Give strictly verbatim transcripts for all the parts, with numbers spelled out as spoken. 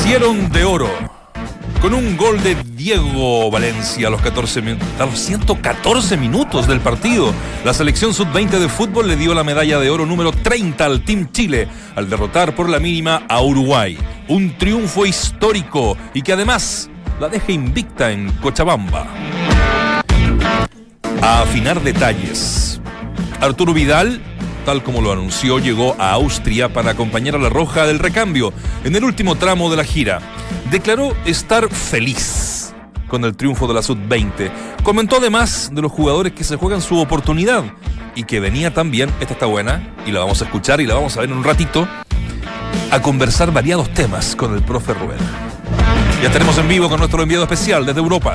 Vistieron de oro. Con un gol de Diego Valencia a los, catorce, a los ciento catorce minutos del partido, la selección sub veinte de fútbol le dio la medalla de oro número treinta al Team Chile al derrotar por la mínima a Uruguay. Un triunfo histórico y que además la deja invicta en Cochabamba. A afinar detalles. Arturo Vidal, tal como lo anunció, llegó a Austria para acompañar a la Roja del recambio en el último tramo de la gira. Declaró estar feliz con el triunfo de la sub veinte. Comentó además de los jugadores que se juegan su oportunidad y que venía también, esta está buena y la vamos a escuchar y la vamos a ver en un ratito, a conversar variados temas con el profe Rueda. Ya estaremos en vivo con nuestro enviado especial desde Europa.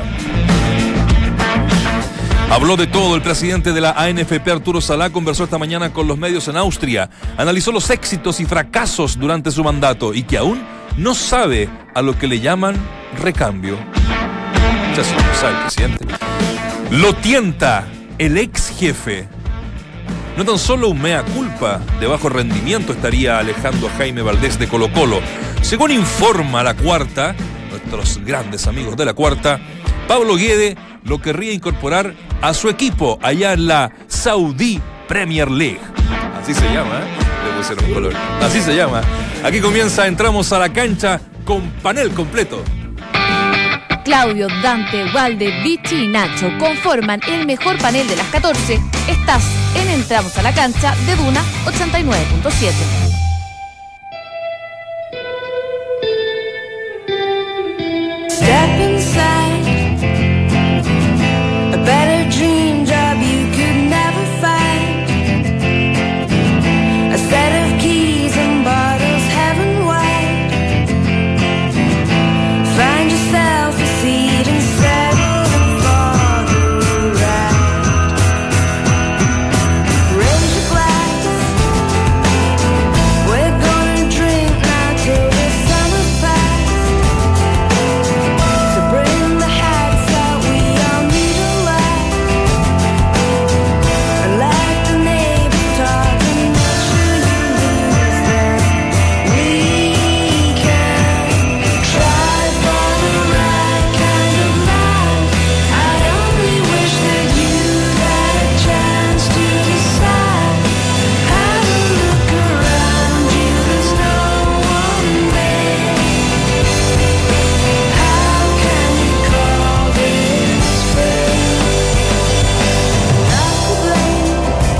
Habló de todo el presidente de la A N F P, Arturo Salá, conversó esta mañana con los medios en Austria, analizó los éxitos y fracasos durante su mandato y que aún no sabe a lo que le llaman recambio. Ya se lo sabe el presidente. Lo tienta el ex jefe. No tan solo un mea culpa de bajo rendimiento estaría alejando a Jaime Valdés de Colo Colo. Según informa La Cuarta, nuestros grandes amigos de La Cuarta, Pablo Guede lo querría incorporar a su equipo allá en la Saudi Premier League. Así se llama, ¿eh? Le pusieron color. Así se llama. Aquí comienza, entramos a la cancha con panel completo. Claudio, Dante, Walde, Vichy y Nacho conforman el mejor panel de las catorce. Estás en Entramos a la Cancha de Duna ochenta y nueve punto siete. Step inside a better dream job you could never find. A set of keys and bottles heaven wide. Find yourself a seat and settle for the ride. Raise your glass. We're gonna drink now till the summer's past. To bring the hats out, we all need a laugh. And let the neighbors talk and make sure you lose them. We can try for the right kind of life. I only wish that you'd had a chance to decide. Have a look around you, there's no one there. How can you call this fair? Not to blame.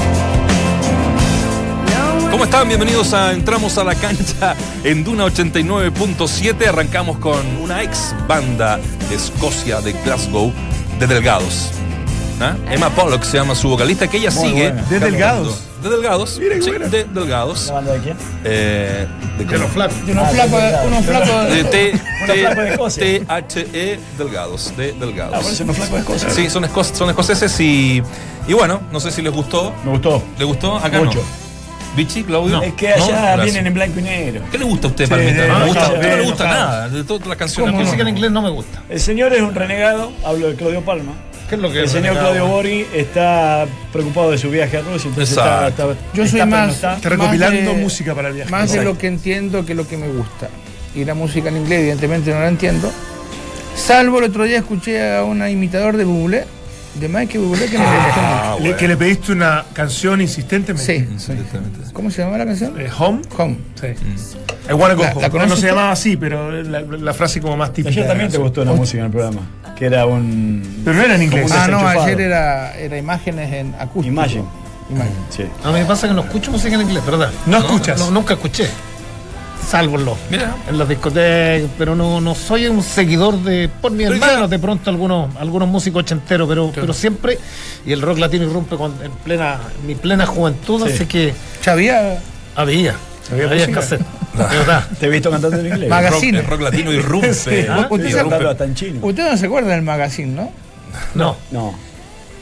No one. ¿Cómo están? Bienvenidos a Entramos a la Cancha en Duna ochenta y nueve punto siete. Arrancamos con una ex banda de Escocia, de Glasgow, de Delgados. ¿Ah? Emma Pollock se llama su vocalista, que ella Muy sigue. buena. ¿De cantando. Delgados? De Delgados. Mira qué Sí, buena. de Delgados. ¿La banda de quién? Eh, de, De los flacos. De unos flacos, unos flacos de T, unos flacos de Escocia. T, T H E Delgados. De Ah, por Delgados. eso unos flacos de Escocia. Sí, son, esco son escoceses y, y bueno, no sé si les gustó. Me gustó. ¿Le gustó? Acá Mucho. no. ¿Vichy, Claudio? Es que allá Gracias. vienen en blanco y negro. ¿Qué le gusta a usted, Sí, Palmita? de- No, me gusta, enojado, a usted no le de gusta enojado. nada de todas las canciones. La que música en dice. inglés no me gusta. El señor es un renegado, hablo de Claudio Palma. ¿Qué es lo que El es señor renegado? Claudio Bori está preocupado de su viaje a Rusia, entonces está, Exacto. está- Yo soy está, pero no más, está. Está recopilando más de- música para el viaje. Más de Exacto. lo que entiendo que lo que me gusta. Y la música en inglés, evidentemente, no la entiendo. Salvo el otro día escuché a un imitador de Bublé, de Michael Bublé, que me gustó mucho. Ah, Le- bueno. que le pediste una canción insistentemente. Sí. Exactamente. ¿Cómo se llama la canción? Eh, Home. Home. Sí. I wanna go ¿La- home. la No, conoces no se tú? llamaba así, pero la, la frase como más típica. Ayer de también la te canción. gustó la música en el programa, que era un... Pero no era en inglés. Como un Ah, no, desenchufado. ayer era, era imágenes en acústico. Imagine. Imagen. Sí. A mí me pasa que no escucho música en inglés, ¿verdad? No escuchas. No, nunca escuché. Salvo en los, Mira. en las discotecas, pero no, no soy un seguidor de, por mi Pero hermano, ya- de pronto algunos, algunos músicos ochenteros, pero, pero siempre, y el rock latino irrumpe con, en plena, en mi plena juventud, Sí. así que Chavía había, ¿Había había música? cassette, de verdad. Te he visto cantando en inglés. Maga- El rock, Magazine. el rock latino irrumpe. Sí. ¿ah? Usted Y se cantando Irrumpe. hasta en chino. Usted no se acuerda del magazine, ¿no? No, No.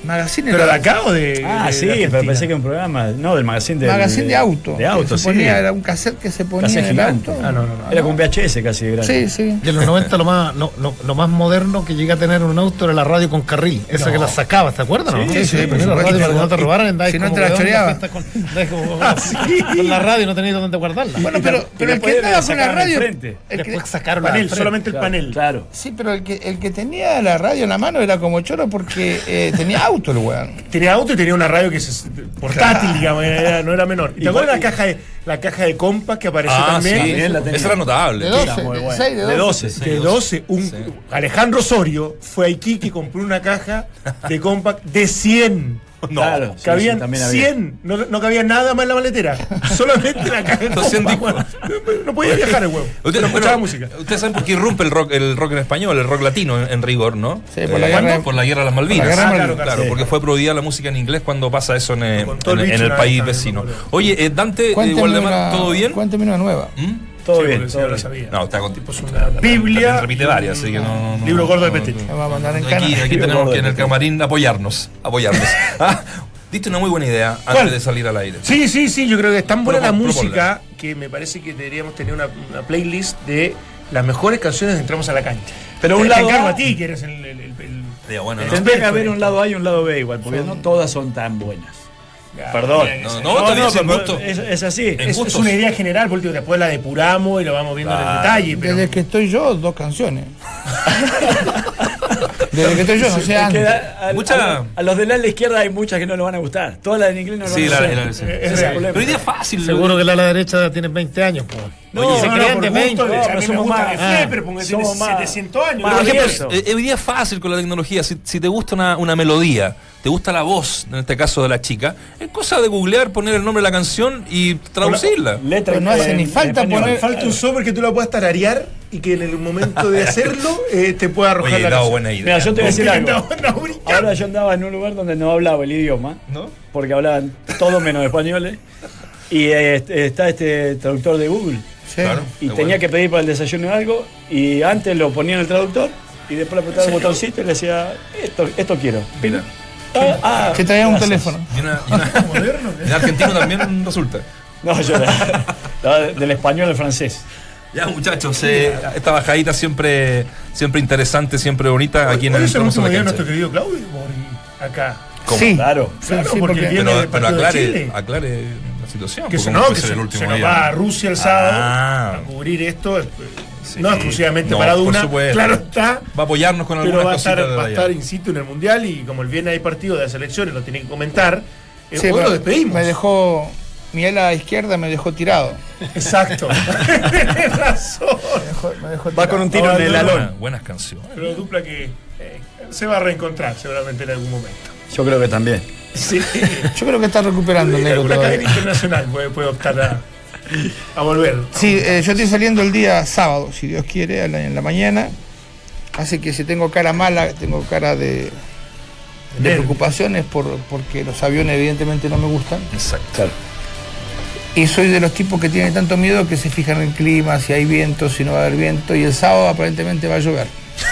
Magazine ¿Pero de era- acá o de.? Ah, de- sí, de pero Argentina? pensé que un programa, no, del magazine de. Magazine de auto. De auto, que se sí. ponía, era un cassette que se ponía Cassette en el gigante. auto. Ah, no, no, no. Era con V H S casi de grande. Sí, sí. Y en los noventa lo más, lo, lo- lo más moderno que llegué a tener en un auto era la radio con carril. Esa que la sacabas, ¿te acuerdas? no? Sí, sí, por Primero la supuesto. radio para que no te robaran, andabas Si no como te la weón en choreaba. fiesta Con, andabas como- con la radio y no tenías dónde guardarla. Bueno, pero, pero el que después andaba la con la sacaban radio. enfrente. el que- Después sacaron la Panel, del frente. solamente el panel. Claro. sí, pero el que, el que tenía la radio en la mano era como choro porque eh, tenía auto el weón. Tenía auto y tenía una radio que se portátil, Claro. digamos, era- no era menor. ¿Y te Y acuerdas la cuál- caja de la caja de compas que apareció Ah, también? sí, También la tenía. esa era notable. De Sí. doce, muy de bueno. seis, de De doce. doce. De doce, un, Sí. Alejandro Osorio fue a Iquique y compró una caja de compact de cien. No. Claro. Sí, Cabían sí, también había. cien, no, no cabía nada más en la maletera. Solamente la caja de Los cien compact. No podía viajar el huevo. Usted- Pero escuchaba bueno, música. Ustedes saben por qué irrumpe el rock, el rock en español, el rock latino en, en rigor, ¿no? Sí, por la Eh, guerra de- por la guerra de las Malvinas. por la guerra de Ah, Malvinas. claro, claro, Sí. porque fue prohibida la música en inglés cuando pasa eso en, eh, Con todo el en- en bicho el una país vez vecino. también, me Oye, eh, Dante, eh, Cuénteme Waldemar, una, ¿todo bien? cuénteme una nueva. ¿Mm? Todo Sí, bien. porque el todo señor lo bien. sabía. No, está contigo. Pues una Biblia. Repite varias, así que no. no- Libro gordo de no- Petete. Me va a mandar en Aquí, cana. aquí tenemos que en el camarín apoyarnos. Apoyarnos. Ah, diste una muy buena idea antes ¿Cuál? de salir al aire. Sí, sí, sí, yo creo que es tan buena Propon- la proponla. música que me parece que deberíamos tener una, una playlist de las mejores canciones de Entramos a la Cancha. Pero un Te lado encargo A- a ti, que eres el... el- el- el- Ya, bueno, el no. Tendría que experto haber en un esto. lado A y un lado B igual, porque no todas son tan buenas. Ya, Perdón. mira que No, sea. no, está bien, sin pero gusto. es, es así. En Es, es gustos. una idea general, porque después la depuramos y lo vamos viendo en Claro. el detalle. Pero Desde que estoy yo, dos canciones. Desde que estoy yo, no sé Es que antes. a, a- Mucha- a- a los de la, la izquierda hay muchas que no les van a gustar. Todas las en inglés no les Sí, van a la, gustar. la- sí. Es Ese es el real. problema. Pero idea fácil. Seguro que la ala derecha tiene veinte años. Po. No, Oye, se no, creen por de gusto, veinte. le- no, a mí pero me somos gusta más- el ah, Flepper, porque tiene somos más- setecientos años. más Por ejemplo, abierto. eh, eh, hoy día es fácil con la tecnología. Si, si te gusta una, una melodía, te gusta la voz, en este caso de la chica, es cosa de googlear, poner el nombre de la canción y traducirla. Letra Pero no hace en- ni en falta español. poner- Falta un software que tú la puedas tararear y que en el momento de hacerlo eh, te pueda arrojar Oye, la dado canción. buena idea. Mira, yo te voy a decir algo. No, no, brillante. Ahora yo andaba en un lugar donde no hablaba el idioma, ¿No? porque hablaban todo menos españoles, y eh, est- está este traductor de Google. Sí. Claro. Y Qué tenía bueno. que pedir para el desayuno algo, y antes lo ponía en el traductor, y después le apretaba el botoncito y le decía, esto, esto quiero. Mira. Ah, ah, Que traía un gracias. teléfono. Y una- y una- Moderno, ¿qué? en argentino también resulta. No, yo era, era del español al francés. Ya, muchachos, eh, esta bajadita siempre, siempre interesante, siempre bonita aquí en Hoy el es el Entramos a último la día de Cancha. nuestro querido Claudio Mori, acá. ¿Cómo? Sí. Claro. Sí, Claro, sí, porque porque- viene Pero, del pero partido de aclare, Chile. aclare la situación. Que porque se, ¿cómo no, puede que ser se, el último se nos día? va a Rusia el sábado Ah. a cubrir esto, eh, Sí. no exclusivamente No, para por Duna, supuesto. claro está, Va a apoyarnos con pero algunas va a estar, cositas de va a allá. estar in situ en el Mundial y como el viernes hay partido de las selecciones, lo tiene que comentar, eh, Sí, hoy pero lo despedimos. Me dejó. Mi ala izquierda me dejó tirado. Exacto. Tienes razón. Me dejó, me dejó Va tirado. con un tiro Ahora, en el no, alón. Buenas, buenas canciones. Pero dupla que eh, se va a reencontrar seguramente en algún momento. Yo creo que también. Sí. Yo creo que está recuperando el negro Alguna todavía. cadena internacional puede, puede optar a, a volver. Sí, eh, yo estoy saliendo el día sábado, si Dios quiere, a la- en la mañana. Así que si tengo cara mala, tengo cara de, de Bien. preocupaciones por, porque los aviones evidentemente no me gustan. Exacto. Claro. Y soy de los tipos que tienen tanto miedo que se fijan en el clima, si hay viento, si no va a haber viento. Y el sábado aparentemente va a llover.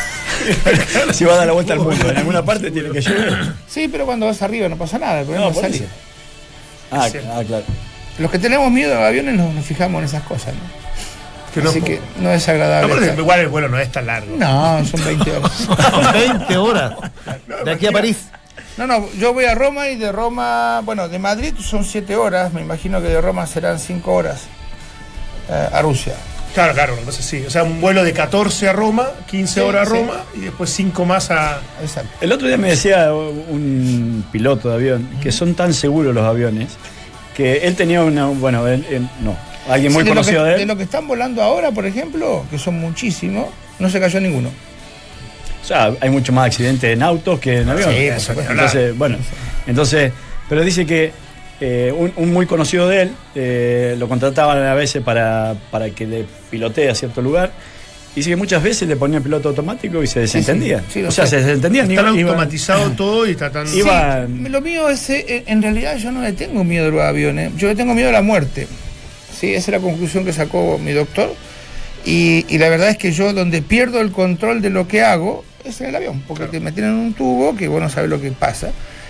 Si va a dar la vuelta al mundo, en alguna parte tiene que llover. Sí, pero cuando vas arriba no pasa nada, el problema No, es por salir. eso. Ah, Sí. ah, claro. Los que tenemos miedo a los aviones nos, nos fijamos en esas cosas, ¿no? Que no- Así que no es No, agradable. pero estar- igual el vuelo no es tan largo. No, son veinte horas. veinte horas. De aquí a París. No, no, yo voy a Roma y de Roma, bueno, de Madrid son siete horas, me imagino que de Roma serán cinco horas eh, a Rusia. Claro, claro, una cosa así. O sea, un vuelo de catorce a Roma, quince Sí, horas a sí. Roma y después cinco más a. Exacto. El otro día me decía un piloto de avión que son tan seguros los aviones que él tenía una. Bueno, él, él- no. Alguien muy Sí, de, lo que, conocido de de él. lo que están volando ahora, por ejemplo, que son muchísimos, no se cayó ninguno. O sea, hay mucho más accidentes en autos que en aviones. Sí, por supuesto. Entonces, bueno, entonces, pero dice que eh, un, un muy conocido de él eh, lo contrataban a veces para, para que le pilotee a cierto lugar. Dice que muchas veces le ponía piloto automático y se desentendía. sí, sí, lo o sea, sé. se desentendían. Está iba- iba- automatizado todo y está tan. Iba- Sí, lo mío es, eh, en realidad yo no le tengo miedo a los aviones, yo le tengo miedo a la muerte. Sí, esa es la conclusión que sacó mi doctor. Y, y la verdad es que yo donde pierdo el control de lo que hago es en el avión, porque te meten en un tubo que vos no sabes lo que pasa.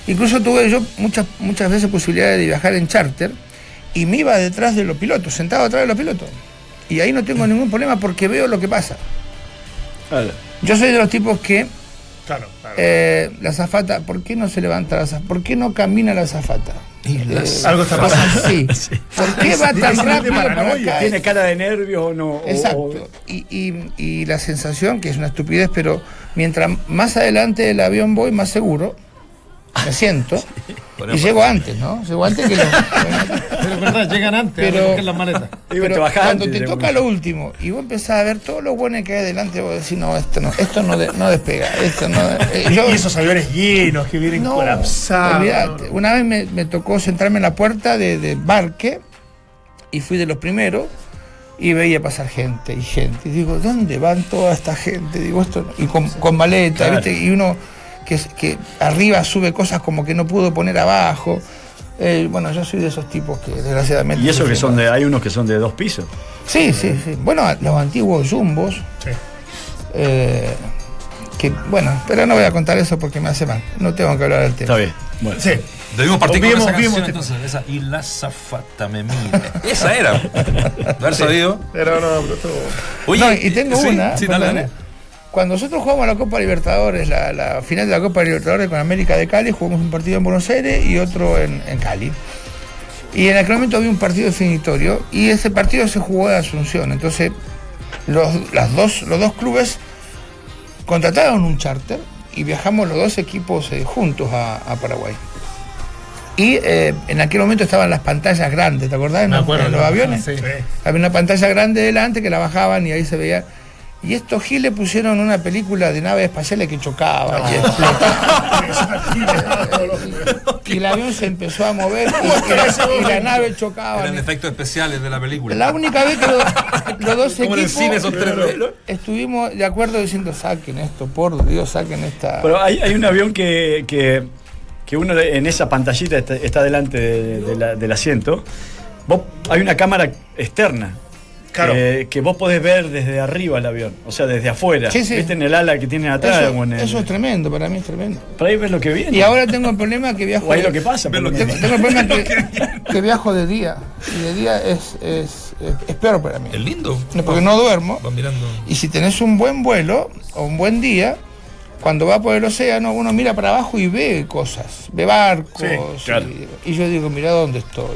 Incluso tuve yo muchas, muchas veces posibilidades de viajar en charter y me iba detrás de los pilotos, sentado atrás de los pilotos. Y ahí no tengo ningún problema porque veo lo que pasa. Vale. Yo soy de los tipos que Claro, claro. eh, la azafata, ¿por qué no se levanta la azafata? ¿Por qué no camina la azafata? Eh, Algo está pasando. Sí. ¿Por qué va tan Tiene rápido para paranoia. acá? ¿Tiene cara de nervio o no? O- Exacto. o- Y, y, y la sensación, que es una estupidez, pero mientras más adelante del avión voy, más seguro me siento. Y llego antes, ¿no? Llego antes que los... Pero es verdad, llegan antes Pero- a recoger las maletas. Digo, te Pero bajás cuando antes, te de toca una. lo último y vos empezás a ver todos los buenos que hay adelante, vos decís, no, esto no, esto no, de- no despega, esto no... eh, yo- Y esos aviones llenos que vienen no, colapsados. olvídate. Una vez me, me tocó sentarme en la puerta de, de embarque y fui de los primeros y veía pasar gente y gente. Y digo, ¿dónde van toda esta gente? Digo, esto no- y con, con maleta, Claro. ¿viste? Y uno que, que arriba sube cosas como que no pudo poner abajo. Eh, bueno, yo soy de esos tipos que desgraciadamente... Y eso que sufren. son de, hay unos que son de dos pisos. Sí, sí, sí. Bueno, los antiguos jumbos, Sí. eh, que, bueno, pero no voy a contar eso porque me hace mal. No tengo que hablar del tema. Está bien. Bueno. Sí. Debimos partir con Vimos- esa vimos canción, este- entonces, esa y la zafata me mira. Esa era. De haber sabido. Pero no, pero todo. Oye, No, y tengo sí, una. Sí, dale, perdón. dale. Cuando nosotros jugamos la Copa Libertadores, la, la final de la Copa Libertadores con América de Cali, jugamos un partido en Buenos Aires y otro en, en Cali. Y en aquel momento había un partido definitorio y ese partido se jugó en Asunción. Entonces, los, las dos, los dos clubes contrataron un charter y viajamos los dos equipos eh, juntos a, a Paraguay. Y eh, en aquel momento estaban las pantallas grandes, ¿te acordás? En, Me los- acuerdo, en los ¿no? aviones. Sí. Sí. Había una pantalla grande delante que la bajaban y ahí se veía. Y estos giles pusieron una película de naves espaciales que chocaban y explotaba. Y el avión se empezó a mover y, y la nave chocaba. Eran efectos especiales de la película. La única vez que los, los dos Como en el cine, esos equipos tres relos. estuvimos de acuerdo diciendo saquen esto, por Dios, saquen esta. Pero hay, hay un avión que, que, que uno de- en esa pantallita está, está delante de- de la- del asiento. Vos, hay una cámara externa. Claro. eh, que vos podés ver desde arriba el avión, o sea, desde afuera. Sí, sí. ¿Viste en el ala que tienen atrás? eso, o en el- eso es tremendo, para mí es tremendo. Por ahí ves lo que viene. Y ahora tengo el problema que viajo. O ahí lo que pasa. por lo lo que- menos. Tengo, tengo el problema que, que viajo de día. Y de día es, es, es, es peor para mí. Es lindo. No, porque no duermo. Van mirando. Y si tenés un buen vuelo o un buen día, cuando va por el océano, uno mira para abajo y ve cosas, ve barcos. Sí, claro. y, y yo digo, mira dónde estoy.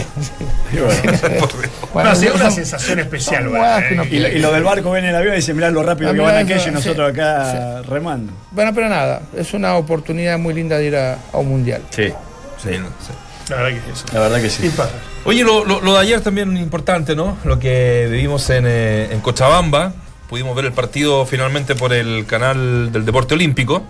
Y bueno. Bueno, sí, es una son- sensación especial, son ¿verdad? huevadas que no Eh, Y, lo- y lo del barco ven en el avión y dicen, mirá lo rápido Ah, que mirá van eso, aquellos y nosotros sí, acá remando. Bueno, pero nada, es una oportunidad muy linda de ir a, a un mundial. Sí, Sí, no, sí. La verdad que eso. la verdad que sí. Y pasa. Oye, lo, lo- lo de ayer también importante, ¿no? Lo que vivimos en, eh, en Cochabamba. Pudimos ver el partido finalmente por el canal del Deporte Olímpico.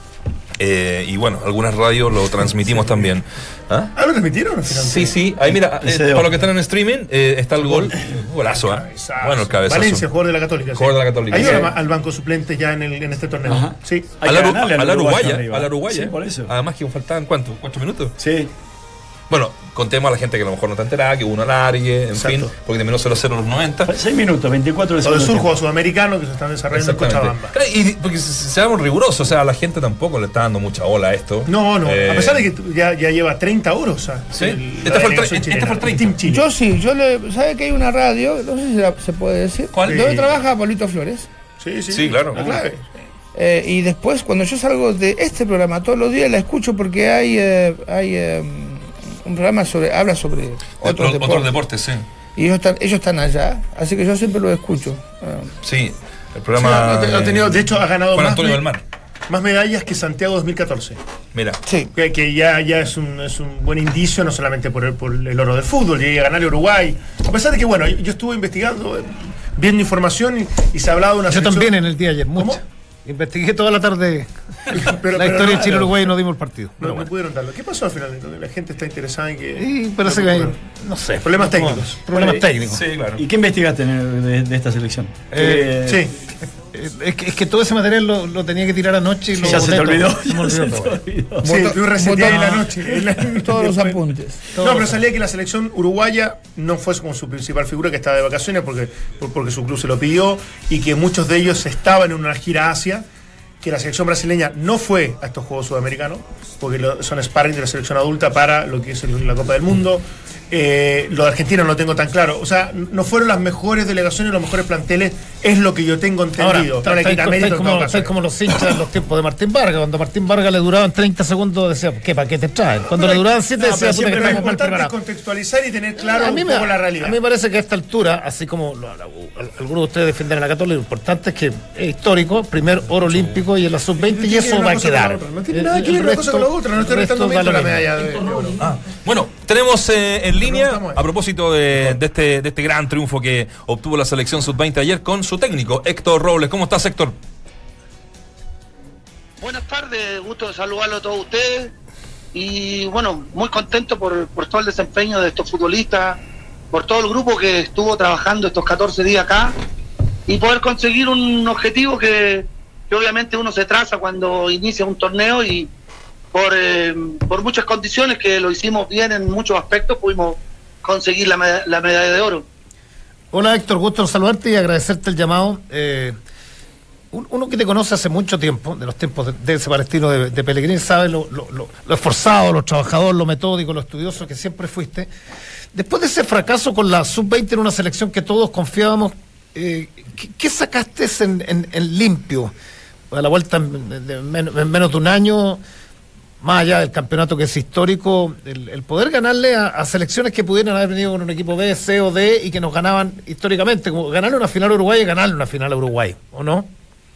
Eh, y bueno, algunas radios lo transmitimos también. ¿Ah? ¿Ah, lo transmitieron? Sí, sí. Ahí mira, eh, Ese de para ojo. los que están en streaming, eh, está el gol. Golazo, ¿eh? Cabezazo. Bueno, el cabezazo. Valencia, jugador de la Católica. sí. Jugador de la Católica, Ha ido sí. al, al banco suplente ya en, el, en este torneo. Ajá. Sí. Hay A que la, ganarle al a la uruguayo uruguaya, arriba. a la uruguaya. Sí, por eso. Además que faltaban, ¿cuánto? ¿Cuatro minutos? Sí. Bueno, contemos a la gente que a lo mejor no está enterada, que hubo un alargue, en Exacto. fin, porque terminó cero a cero a los noventa. seis minutos, veinticuatro del Todo el segundo sur, tiempo. juego sudamericano que se están desarrollando en Cochabamba. Claro, y porque se- seamos rigurosos, o sea, a la gente tampoco le está dando mucha ola a esto. No, no, Eh, a pesar de que tú- ya, ya lleva treinta euros. O sea, Sí. el- Este la fue el tre- delegación este chilena, fue el treinta. Team Chile. Yo sí, yo le. ¿Sabe que hay una radio? No sé si la- se puede decir. ¿Cuál? ¿Dónde Sí. trabaja Pablito Flores? Sí, sí, Sí, claro. la clave. Eh, y después, cuando yo salgo de este programa, todos los días la escucho porque hay, eh, hay eh, un programa sobre habla sobre de- otros otros deportes. deportes, sí. Y ellos están, ellos están allá, así que yo siempre lo escucho. Ah, Sí, el Sí, programa. lo, te- lo ha tenido, de hecho, ha ganado Juan más, Antonio me- del Mar. más medallas que Santiago dos mil catorce. Mira. sí. Que, que ya, ya es, un, es un buen indicio, no solamente por el, por el oro del fútbol, llegué a ganar a Uruguay. A pesar de que, bueno, yo, yo estuve investigando, eh, viendo información y, y se ha hablado de una Yo selección- también en el día de ayer, mucho. ¿Cómo? Investigué toda la tarde Pero- la pero historia no- de Chile-Uruguay y no dimos el partido. No, Pero no bueno. pudieron darlo. ¿Qué pasó al final? Entonces, la gente está interesada en que. Y parece que hay, no sé. Problemas como- técnicos. Problemas Bueno, técnicos. Sí, claro. ¿Y qué investigaste en el- de, de esta selección? Eh, ¿Qué- Sí. Eh, Es que, es que todo ese material lo, lo tenía que tirar anoche y lo Ya se te boté olvidó. todo. Se me ya se olvidó te todo. olvidó. Sí, Botó- tú reseteás en la botó- noche. En la- Todos los después- apuntes. No, pero salía que la selección uruguaya no fue como su principal figura, que estaba de vacaciones porque, por- porque su club se lo pidió, y que muchos de ellos estaban en una gira Asia, que la selección brasileña no fue a estos Juegos Sudamericanos, porque lo, son sparring de la selección adulta para lo que es el, la Copa del Mundo. Eh, lo de Argentina no lo tengo tan claro. O sea, no fueron las mejores delegaciones, los mejores planteles, es lo que yo tengo entendido. Ahora, estáis como, estáis como los hinchas en los tiempos de Martín Vargas. Cuando Martín Vargas le duraban treinta segundos, decía, ¿qué paquete traen? Cuando no, le duraban siete, no, decía, puta, que lo estamos mal importante preparados. es contextualizar y tener claro a mí un me, poco la realidad. A mí me parece que a esta altura, así como lo, lo, algunos de ustedes defienden a la Católica, lo importante es que es histórico, primer oro olímpico y en la sub veinte, y eso va a quedar. No tiene nada que ver una cosa con la otra, no estoy restando mérito a la medalla de oro. Ah, bueno, tenemos eh, en línea, a propósito de, de, este, de este gran triunfo que obtuvo la selección sub veinte ayer, con su técnico, Héctor Robles. ¿Cómo estás, Héctor? Buenas tardes, gusto de saludarlo a todos ustedes. Y bueno, muy contento por, por todo el desempeño de estos futbolistas, por todo el grupo que estuvo trabajando estos catorce días acá, y poder conseguir un objetivo que, que obviamente uno se traza cuando inicia un torneo, y por, eh, por muchas condiciones que lo hicimos bien en muchos aspectos, pudimos conseguir la, med- la medalla de oro. Hola, Héctor, gusto de saludarte y agradecerte el llamado. Eh, uno que te conoce hace mucho tiempo, de los tiempos de, de ese palestino de, de Pellegrini, sabe lo, lo, lo, lo esforzado, lo trabajador, lo metódico, lo estudioso que siempre fuiste. Después de ese fracaso con la sub veinte en una selección que todos confiábamos, eh, ¿qué, ¿qué sacaste en, en, en limpio? A la vuelta en, de, men, en menos de un año, más allá del campeonato que es histórico, el, el poder ganarle a, a selecciones que pudieran haber venido con un equipo B, C o D y que nos ganaban históricamente, como ganarle una final a Uruguay y ganarle una final a Uruguay, ¿o no?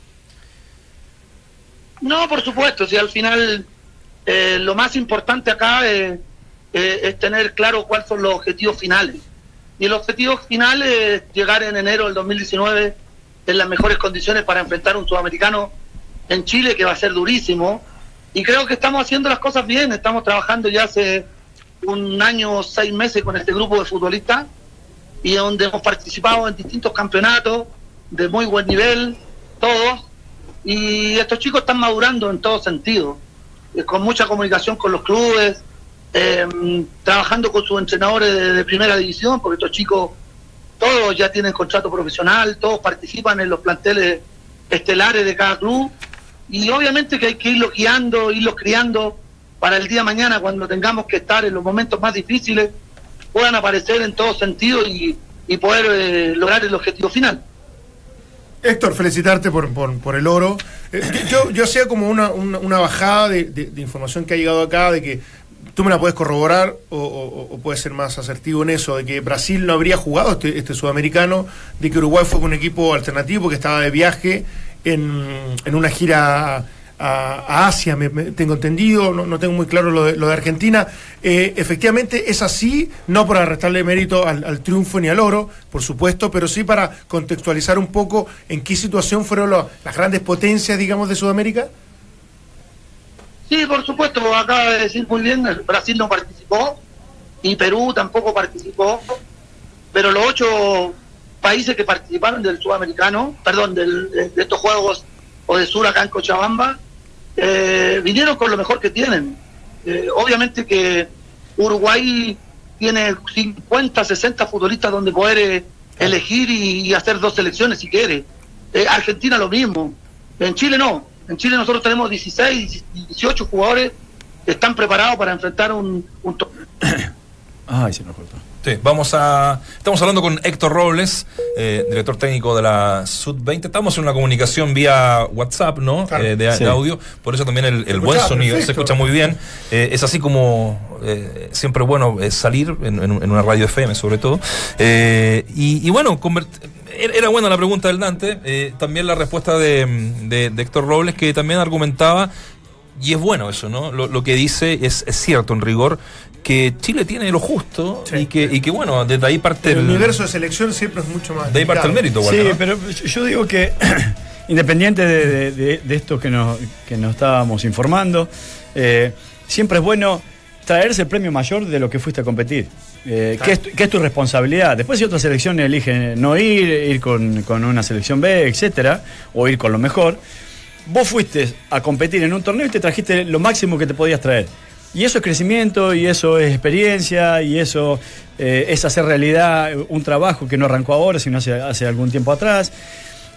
No, por supuesto, si al final eh, lo más importante acá es, eh, es tener claro cuáles son los objetivos finales. Y el objetivo final es llegar en enero del dos mil diecinueve en las mejores condiciones para enfrentar a un sudamericano en Chile, que va a ser durísimo. Y creo que estamos haciendo las cosas bien, estamos trabajando ya hace un año, seis meses con este grupo de futbolistas, y donde hemos participado en distintos campeonatos de muy buen nivel, todos. Y estos chicos están madurando en todo sentido, eh, con mucha comunicación con los clubes, eh, trabajando con sus entrenadores de, de primera división, porque estos chicos todos ya tienen contrato profesional, todos participan en los planteles estelares de cada club, y obviamente que hay que irlos guiando, irlos criando para el día de mañana, cuando tengamos que estar en los momentos más difíciles, puedan aparecer en todo sentido y, y poder eh, lograr el objetivo final. Héctor, felicitarte por, por, por el oro. Eh, yo, yo hacía como una, una, una bajada de, de, de información que ha llegado acá, de que tú me la puedes corroborar o, o, o puedes ser más asertivo en eso, de que Brasil no habría jugado este, este sudamericano, de que Uruguay fue con un equipo alternativo que estaba de viaje en, en una gira a, a Asia, me, me, tengo entendido, no, no tengo muy claro lo de, lo de Argentina. Eh, efectivamente es así, no para restarle mérito al, al triunfo ni al oro, por supuesto, pero sí para contextualizar un poco en qué situación fueron lo, las grandes potencias, digamos, de Sudamérica. Sí, por supuesto, acaba de decir muy bien, Brasil no participó y Perú tampoco participó, pero los ocho países que participaron del sudamericano, perdón, del, de, de estos juegos o de sur acá en Cochabamba, eh, vinieron con lo mejor que tienen. Eh, obviamente que Uruguay tiene cincuenta, sesenta futbolistas donde poder eh, elegir y, y hacer dos selecciones si quiere. Eh, Argentina lo mismo. En Chile no. En Chile nosotros tenemos dieciséis, dieciocho jugadores que están preparados para enfrentar un, un torneo. Ay, se me cortó. Sí, vamos a... Estamos hablando con Héctor Robles, eh, director técnico de la sub veinte. Estamos en una comunicación vía WhatsApp, ¿no? Claro. Eh, de, Sí. de audio, por eso también el, el buen escuchaba sonido, perfecto. se escucha muy bien. Eh, es así como eh, siempre bueno eh, salir en, en, en una radio F M, sobre todo. Eh, y, y bueno, convert- era buena la pregunta del Dante, eh, también la respuesta de, de, de Héctor Robles, que también argumentaba, y es bueno eso, ¿no? Lo, lo que dice es, es cierto en rigor, que Chile tiene lo justo, Sí. y, que, y que bueno, desde ahí parte El el, universo de selección siempre es mucho más. de ahí parte el delicado. mérito, bueno, Sí, pero yo- yo digo que independiente de, de- de- de esto que nos, que nos estábamos informando, eh, siempre es bueno traerse el premio mayor de lo que fuiste a competir. Eh, Claro. que, es, tu- que es tu responsabilidad. Después si otra selección elige no ir, ir con, con una selección B, etcétera, o ir con lo mejor, vos fuiste a competir en un torneo y te trajiste lo máximo que te podías traer. Y eso es crecimiento, y eso es experiencia, y eso eh, es hacer realidad un trabajo que no arrancó ahora, sino hace, hace algún tiempo atrás.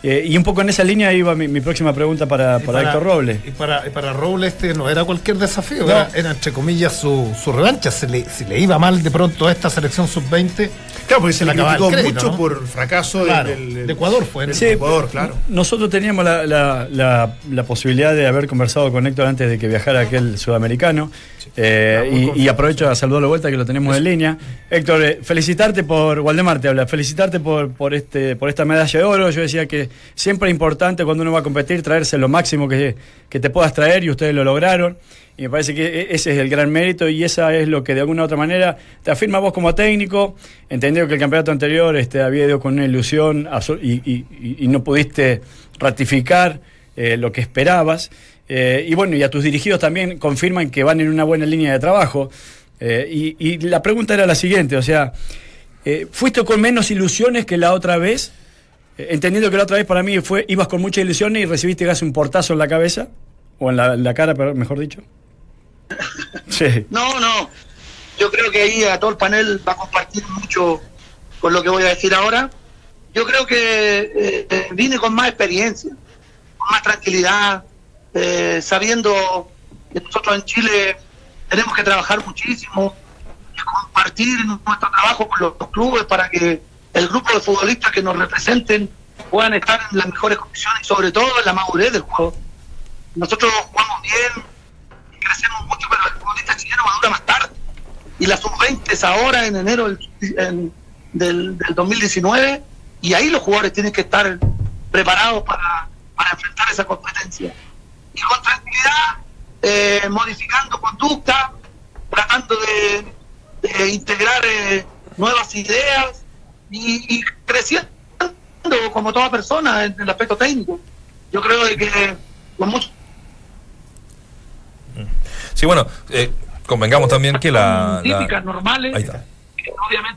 Eh, y un poco en esa línea iba mi, mi próxima pregunta para, Y para Héctor Robles. Y para, y para Robles este no era cualquier desafío, No. era, era entre comillas su, su revancha. Si le, si le iba mal de pronto a esta selección sub veinte, Claro, porque se le le acababa criticó el crédito, mucho ¿no? por el fracaso claro, del, del- de Ecuador fue. del Sí. Ecuador, claro. Nosotros teníamos la, la- la- la posibilidad de haber conversado con Héctor antes de que viajara aquel sudamericano. Eh, y, y aprovecho a saludarlo de vuelta que lo tenemos en línea. Héctor, eh, felicitarte por, Waldemar te habla, felicitarte por, por, este, por esta medalla de oro. Yo decía que siempre es importante cuando uno va a competir traerse lo máximo que, que te puedas traer y ustedes lo lograron. Y me parece que e- ese es el gran mérito y esa es lo que de alguna u otra manera te afirma vos como técnico, entendiendo que el campeonato anterior este, había ido con una ilusión absur- y, y- y- y no pudiste ratificar eh, lo que esperabas. Eh, y bueno, y a tus dirigidos también confirman que van en una buena línea de trabajo. Eh, y, y la pregunta era la siguiente, o sea, eh, ¿fuiste con menos ilusiones que la otra vez? Eh, entendiendo que la otra vez para mí fue ibas con muchas ilusiones y recibiste casi un portazo en la cabeza, o en la, en la cara, pero mejor dicho. Sí. No, no. Yo creo que ahí a todo el panel va a compartir mucho con lo que voy a decir ahora. Yo creo que eh, eh, vine con más experiencia, con más tranquilidad, eh, sabiendo que nosotros en Chile tenemos que trabajar muchísimo y compartir nuestro trabajo con los, los clubes para que el grupo de futbolistas que nos representen puedan estar en las mejores condiciones y sobre todo en la madurez del juego. Nosotros jugamos bien, crecemos mucho, pero el futbolista chileno madura más tarde. Y la sub veinte es ahora, en enero del, en- del, del dos mil diecinueve, y ahí los jugadores tienen que estar preparados para, para enfrentar esa competencia. Y con tranquilidad, eh, modificando conducta, tratando de, de integrar eh, nuevas ideas y, y creciendo como toda persona en el aspecto técnico. Yo creo de que con mucho Sí, bueno, eh, convengamos también que la... la- típicas, normales, Ahí está. que obviamente.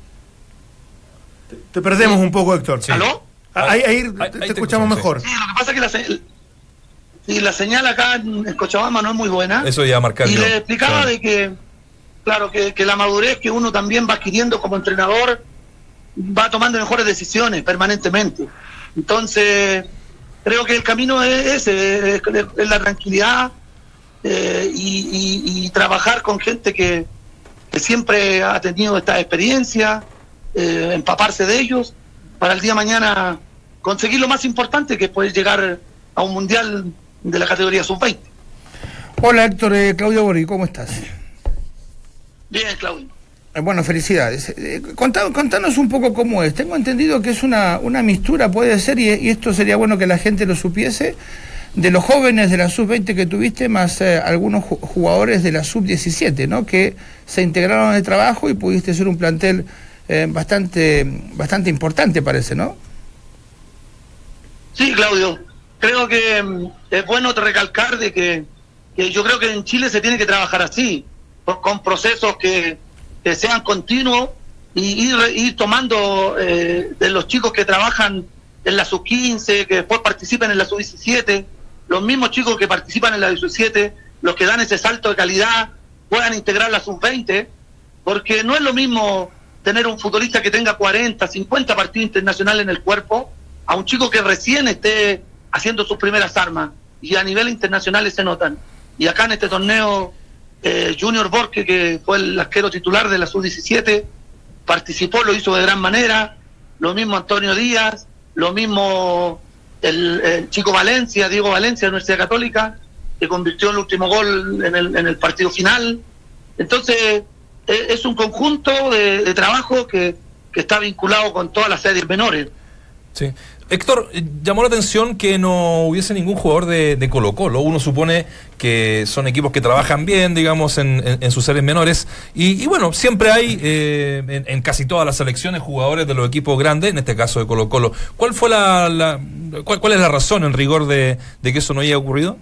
Te perdemos un poco, Héctor. ¿Aló? Ah, Ahí, ahí te, Ahí- te ahí te escuchamos escuchamos, mejor. Sí, lo que pasa es que la, se- sí, la señal acá en Cochabamba no es muy buena. Eso ya marcar y yo. le explicaba Sí. de que, claro, que, que la madurez que uno también va adquiriendo como entrenador va tomando mejores decisiones permanentemente. Entonces, creo que el camino es ese, es, es la tranquilidad eh, y, y- y trabajar con gente que, que siempre ha tenido esta experiencia, eh, empaparse de ellos, para el día de mañana conseguir lo más importante, que es poder llegar a un mundial de la categoría sub veinte. Hola Héctor, eh, Claudio Borghi, ¿cómo estás? Bien, Claudio. Eh, Bueno, felicidades. Eh, contá- contanos un poco cómo es. Tengo entendido que es una, una mistura, puede ser, y, y esto sería bueno que la gente lo supiese, de los jóvenes de la sub veinte que tuviste, más eh, algunos ju- jugadores de la sub diecisiete, ¿no? Que se integraron en el trabajo y pudiste ser un plantel eh, bastante, bastante importante, parece, ¿no? Sí, Claudio. Creo que mm, es bueno recalcar de que, que yo creo que en Chile se tiene que trabajar así, por- con procesos que, que sean continuos y ir, ir tomando eh, de los chicos que trabajan en la sub quince, que después participan en la sub diecisiete, los mismos chicos que participan en la diecisiete, los que dan ese salto de calidad, puedan integrar la sub veinte, porque no es lo mismo tener un futbolista que tenga cuarenta, cincuenta partidos internacionales en el cuerpo, a un chico que recién esté haciendo sus primeras armas, y a nivel internacional se notan. Y acá en este torneo, eh, Junior Borque, que fue el arquero titular de la sub diecisiete, participó, lo hizo de gran manera, lo mismo Antonio Díaz, lo mismo el, el chico Valencia, Diego Valencia, de la Universidad Católica, que convirtió el último gol en el, en el partido final. Entonces, eh, es un conjunto de, de trabajo que, que está vinculado con todas las series menores. Sí. Héctor, eh, llamó la atención que no hubiese ningún jugador de, de Colo Colo. Uno supone que son equipos que trabajan bien, digamos, en, en- en sus series menores. Y, y bueno, siempre hay eh, en, en casi todas las selecciones jugadores de los equipos grandes, en este caso de Colo Colo. ¿Cuál fue la, la cuál, cuál es la razón en rigor de, de que eso no haya ocurrido?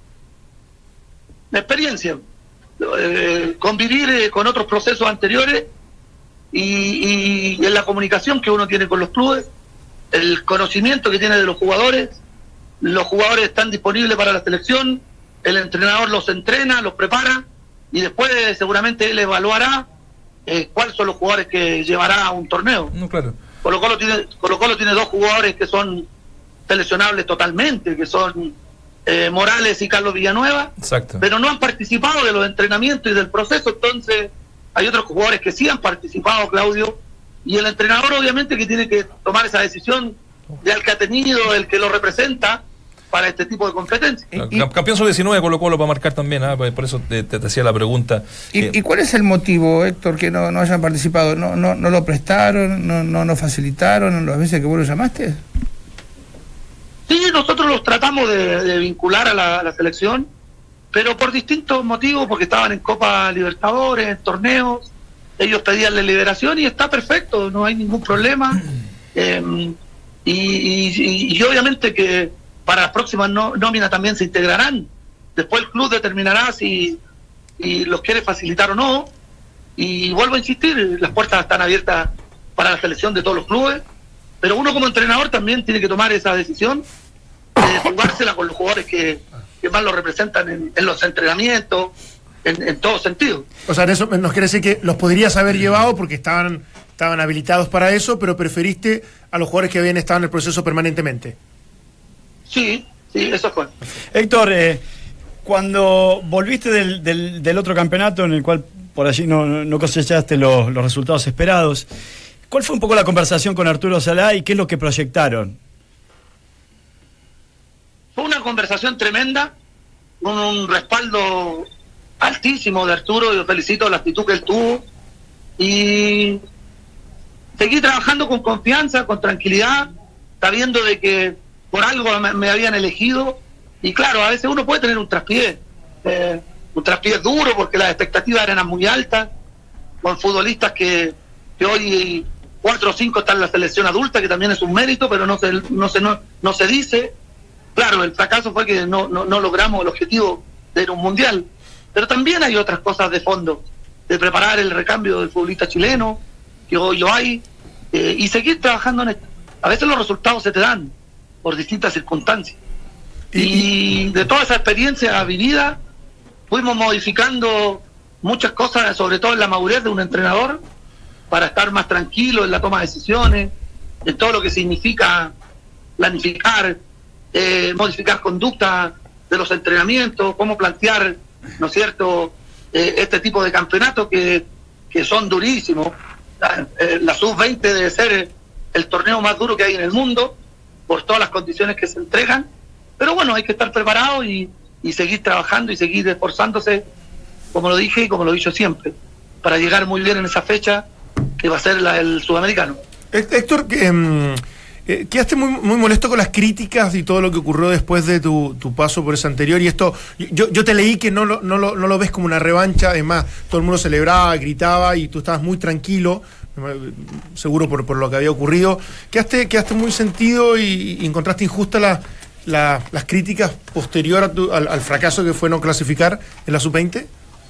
La experiencia, eh, convivir eh, con otros procesos anteriores y, y en la comunicación que uno tiene con los clubes, el conocimiento que tiene de los jugadores, los jugadores están disponibles para la selección, el entrenador los entrena, los prepara y después seguramente él evaluará eh, cuáles son los jugadores que llevará a un torneo. No, claro. Colo Colo tiene, Colo Colo tiene dos jugadores que son seleccionables totalmente, que son eh, Morales y Carlos Villanueva, Exacto. pero no han participado de los entrenamientos y del proceso. Entonces hay otros jugadores que sí han participado, Claudio, y el entrenador obviamente que tiene que tomar esa decisión del que ha tenido, el que lo representa para este tipo de competencias. Y- Camp- Campeón sub diecinueve Colo Colo para marcar también, ¿ah? por eso te, te- te hacía la pregunta. Eh, ¿Y, y cuál es el motivo, Héctor, que no, no hayan participado? ¿No, no, no lo prestaron? ¿No, no, no facilitaron en las veces que vos lo llamaste? Sí, nosotros los tratamos de, de vincular a la, a la selección, pero por distintos motivos, porque estaban en Copa Libertadores, en torneos, ellos pedían la liberación y está perfecto, no hay ningún problema. Eh, y, y- y obviamente que para las próximas no- nóminas también se integrarán. Después el club determinará si, si los quiere facilitar o no. Y vuelvo a insistir, las puertas están abiertas para la selección de todos los clubes, pero uno como entrenador también tiene que tomar esa decisión de jugársela con los jugadores que, que más lo representan en, en los entrenamientos, en, en todo sentido. O sea, en eso nos quiere decir que los podrías haber llevado porque estaban, estaban habilitados para eso, pero preferiste a los jugadores que habían estado en el proceso permanentemente. Sí, sí, eso fue. Héctor, eh, cuando volviste del, del, del otro campeonato en el cual por allí no, no cosechaste los, los resultados esperados, ¿cuál fue un poco la conversación con Arturo Salá y qué es lo que proyectaron? Fue una conversación tremenda, con un respaldo altísimo de Arturo, yo felicito la actitud que él tuvo, y seguí trabajando con confianza, con tranquilidad, sabiendo de que por algo me, me habían elegido, y claro, a veces uno puede tener un traspié, eh, un traspié duro porque las expectativas eran muy altas, con futbolistas que, que hoy cuatro o cinco están en la selección adulta, que también es un mérito, pero no se, no se, no, no se dice. Claro, el fracaso fue que no, no, no logramos el objetivo de ir a un mundial, pero también hay otras cosas de fondo, de preparar el recambio del futbolista chileno, que hoy lo hay, eh, y seguir trabajando en esto. A veces los resultados se te dan por distintas circunstancias. Y de toda esa experiencia vivida, fuimos modificando muchas cosas, sobre todo en la madurez de un entrenador, para estar más tranquilo en la toma de decisiones, en todo lo que significa planificar, eh, modificar conducta de los entrenamientos, cómo plantear, ¿no es cierto?, eh, este tipo de campeonatos que, que son durísimos. La, eh, la sub veinte debe ser el torneo más duro que hay en el mundo, por todas las condiciones que se entregan, pero bueno, hay que estar preparado y, y seguir trabajando y seguir esforzándose, como lo dije y como lo he dicho siempre, para llegar muy bien en esa fecha que va a ser la del sudamericano. Héctor, que, um, eh, quedaste muy, muy molesto con las críticas y todo lo que ocurrió después de tu, tu paso por ese anterior, y esto, yo, yo te leí que no lo, no, lo, no lo ves como una revancha, es más, todo el mundo celebraba, gritaba y tú estabas muy tranquilo, seguro por, por lo que había ocurrido. Quedaste, quedaste muy sentido y, y encontraste injusta la, la, las críticas posterior a tu, al, al fracaso que fue no clasificar en la sub veinte.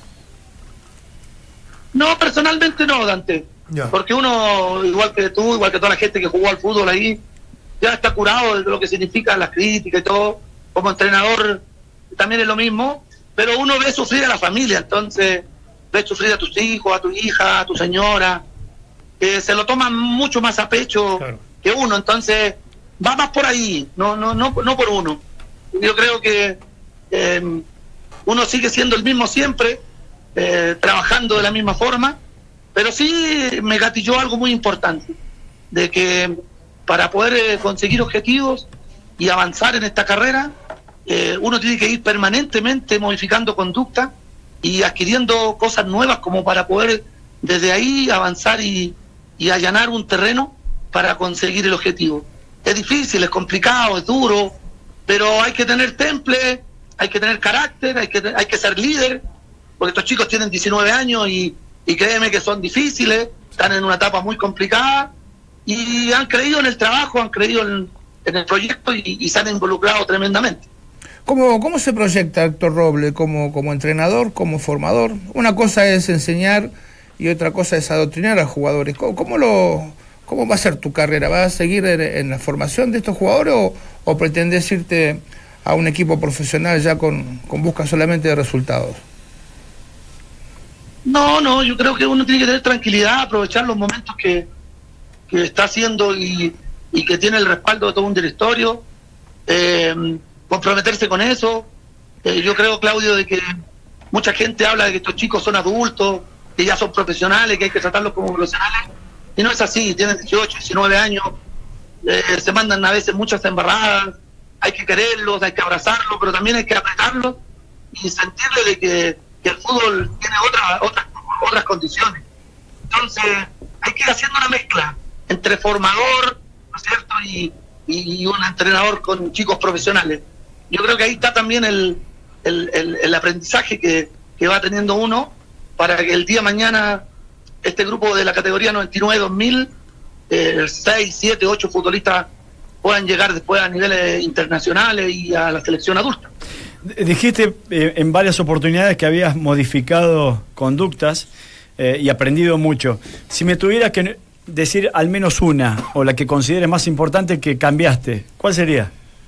No, personalmente no, Dante. Ya. Porque uno, igual que tú, igual que toda la gente que jugó al fútbol ahí, ya está curado de lo que significan las críticas y todo. Como entrenador también es lo mismo, pero uno ve sufrir a la familia, entonces ve sufrir a tus hijos, a tu hija, a tu señora, que se lo toman mucho más a pecho Claro. que uno, entonces va más por ahí, no, no, no, no por uno. Yo creo que eh, uno sigue siendo el mismo siempre, eh, trabajando de la misma forma, pero sí me gatilló algo muy importante, de que para poder eh, conseguir objetivos y avanzar en esta carrera, eh, uno tiene que ir permanentemente modificando conducta y adquiriendo cosas nuevas como para poder desde ahí avanzar y, y allanar un terreno para conseguir el objetivo. Es difícil, es complicado, es duro, pero hay que tener temple, hay que tener carácter, hay que, hay que ser líder, porque estos chicos tienen diecinueve años y, y créeme que son difíciles, están en una etapa muy complicada y han creído en el trabajo, han creído en, en el proyecto y, y se han involucrado tremendamente. ¿Cómo, cómo se proyecta Héctor Roble como, como entrenador, como formador? Una cosa es enseñar y otra cosa es adoctrinar a jugadores. ¿Cómo, cómo, lo, cómo va a ser tu carrera? ¿Vas a seguir en, en la formación de estos jugadores o, o pretendes irte a un equipo profesional ya con, con busca solamente de resultados? No, no, yo creo que uno tiene que tener tranquilidad, aprovechar los momentos que, que está haciendo y, y que tiene el respaldo de todo un directorio. eh, comprometerse con eso. Eh, yo creo, Claudio, de que mucha gente habla de que estos chicos son adultos, que ya son profesionales, que hay que tratarlos como profesionales, y no es así. Tienen dieciocho, diecinueve años, eh, se mandan a veces muchas embarradas, hay que quererlos, hay que abrazarlos, pero también hay que apretarlos y sentirle de que, que el fútbol tiene otra, otras otras condiciones. Entonces hay que ir haciendo una mezcla entre formador, ¿no es cierto?, y, y un entrenador con chicos profesionales. Yo creo que ahí está también el, el, el, el aprendizaje que, que va teniendo uno para que el día de mañana este grupo de la categoría noventa y nueve dos mil, eh, seis, siete, ocho futbolistas puedan llegar después a niveles internacionales y a la selección adulta. Dijiste eh, en varias oportunidades que habías modificado conductas eh, y aprendido mucho. Si me tuvieras que decir al menos una, o la que consideres más importante que cambiaste, ¿cuál sería?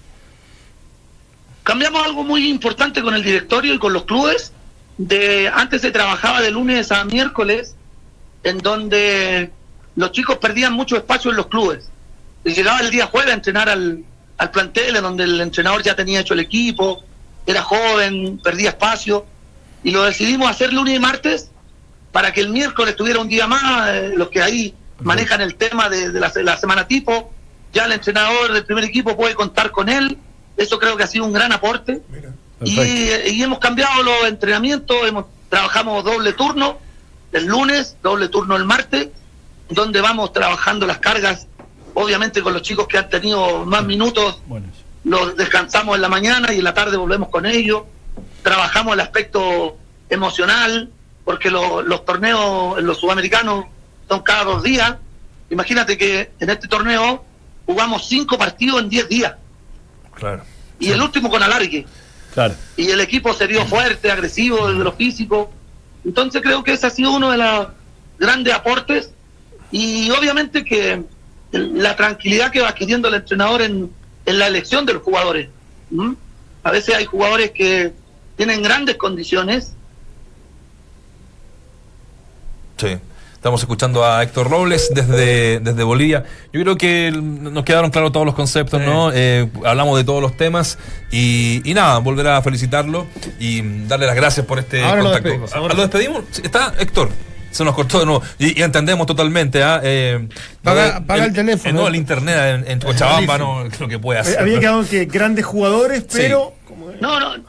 Cambiamos algo muy importante con el directorio y con los clubes. De, antes se trabajaba de lunes a miércoles, en donde los chicos perdían mucho espacio en los clubes. Y llegaba el día jueves a entrenar al, al plantel, en donde el entrenador ya tenía hecho el equipo, era joven, perdía espacio, y lo decidimos hacer lunes y martes para que el miércoles tuviera un día más. Eh, los que ahí manejan el tema de, de la, la semana tipo, ya el entrenador del primer equipo puede contar con él. Eso creo que ha sido un gran aporte. Y, y hemos cambiado los entrenamientos, hemos trabajamos doble turno el lunes, doble turno el martes, donde vamos trabajando las cargas, obviamente con los chicos que han tenido más minutos. Bueno, los descansamos en la mañana y en la tarde volvemos con ellos. Trabajamos el aspecto emocional, porque lo, los torneos en los sudamericanos son cada dos días. Imagínate que en este torneo jugamos cinco partidos en diez días. Claro. Y sí. El último con alargue. Claro. Y el equipo se vio fuerte, agresivo, desde lo físico. Entonces creo que ese ha sido uno de los grandes aportes. Y obviamente que la tranquilidad que va adquiriendo el entrenador en en la elección de los jugadores. ¿Mm? A veces hay jugadores que tienen grandes condiciones. Sí. Estamos escuchando a Héctor Robles desde, desde Bolivia. Yo creo que nos quedaron claros todos los conceptos, sí. ¿no? Eh, hablamos de todos los temas y, y nada, volver a felicitarlo y darle las gracias por este ahora contacto. Lo despedimos, ahora. ¿Lo despedimos? Está Héctor. Se nos cortó de nuevo. Y, y entendemos totalmente. ¿eh? Eh, paga, no, paga el, el teléfono. Eh, no, el internet en, en Cochabamba no creo que puede hacer. Había quedado que grandes jugadores, pero. Sí. Como es? No, no.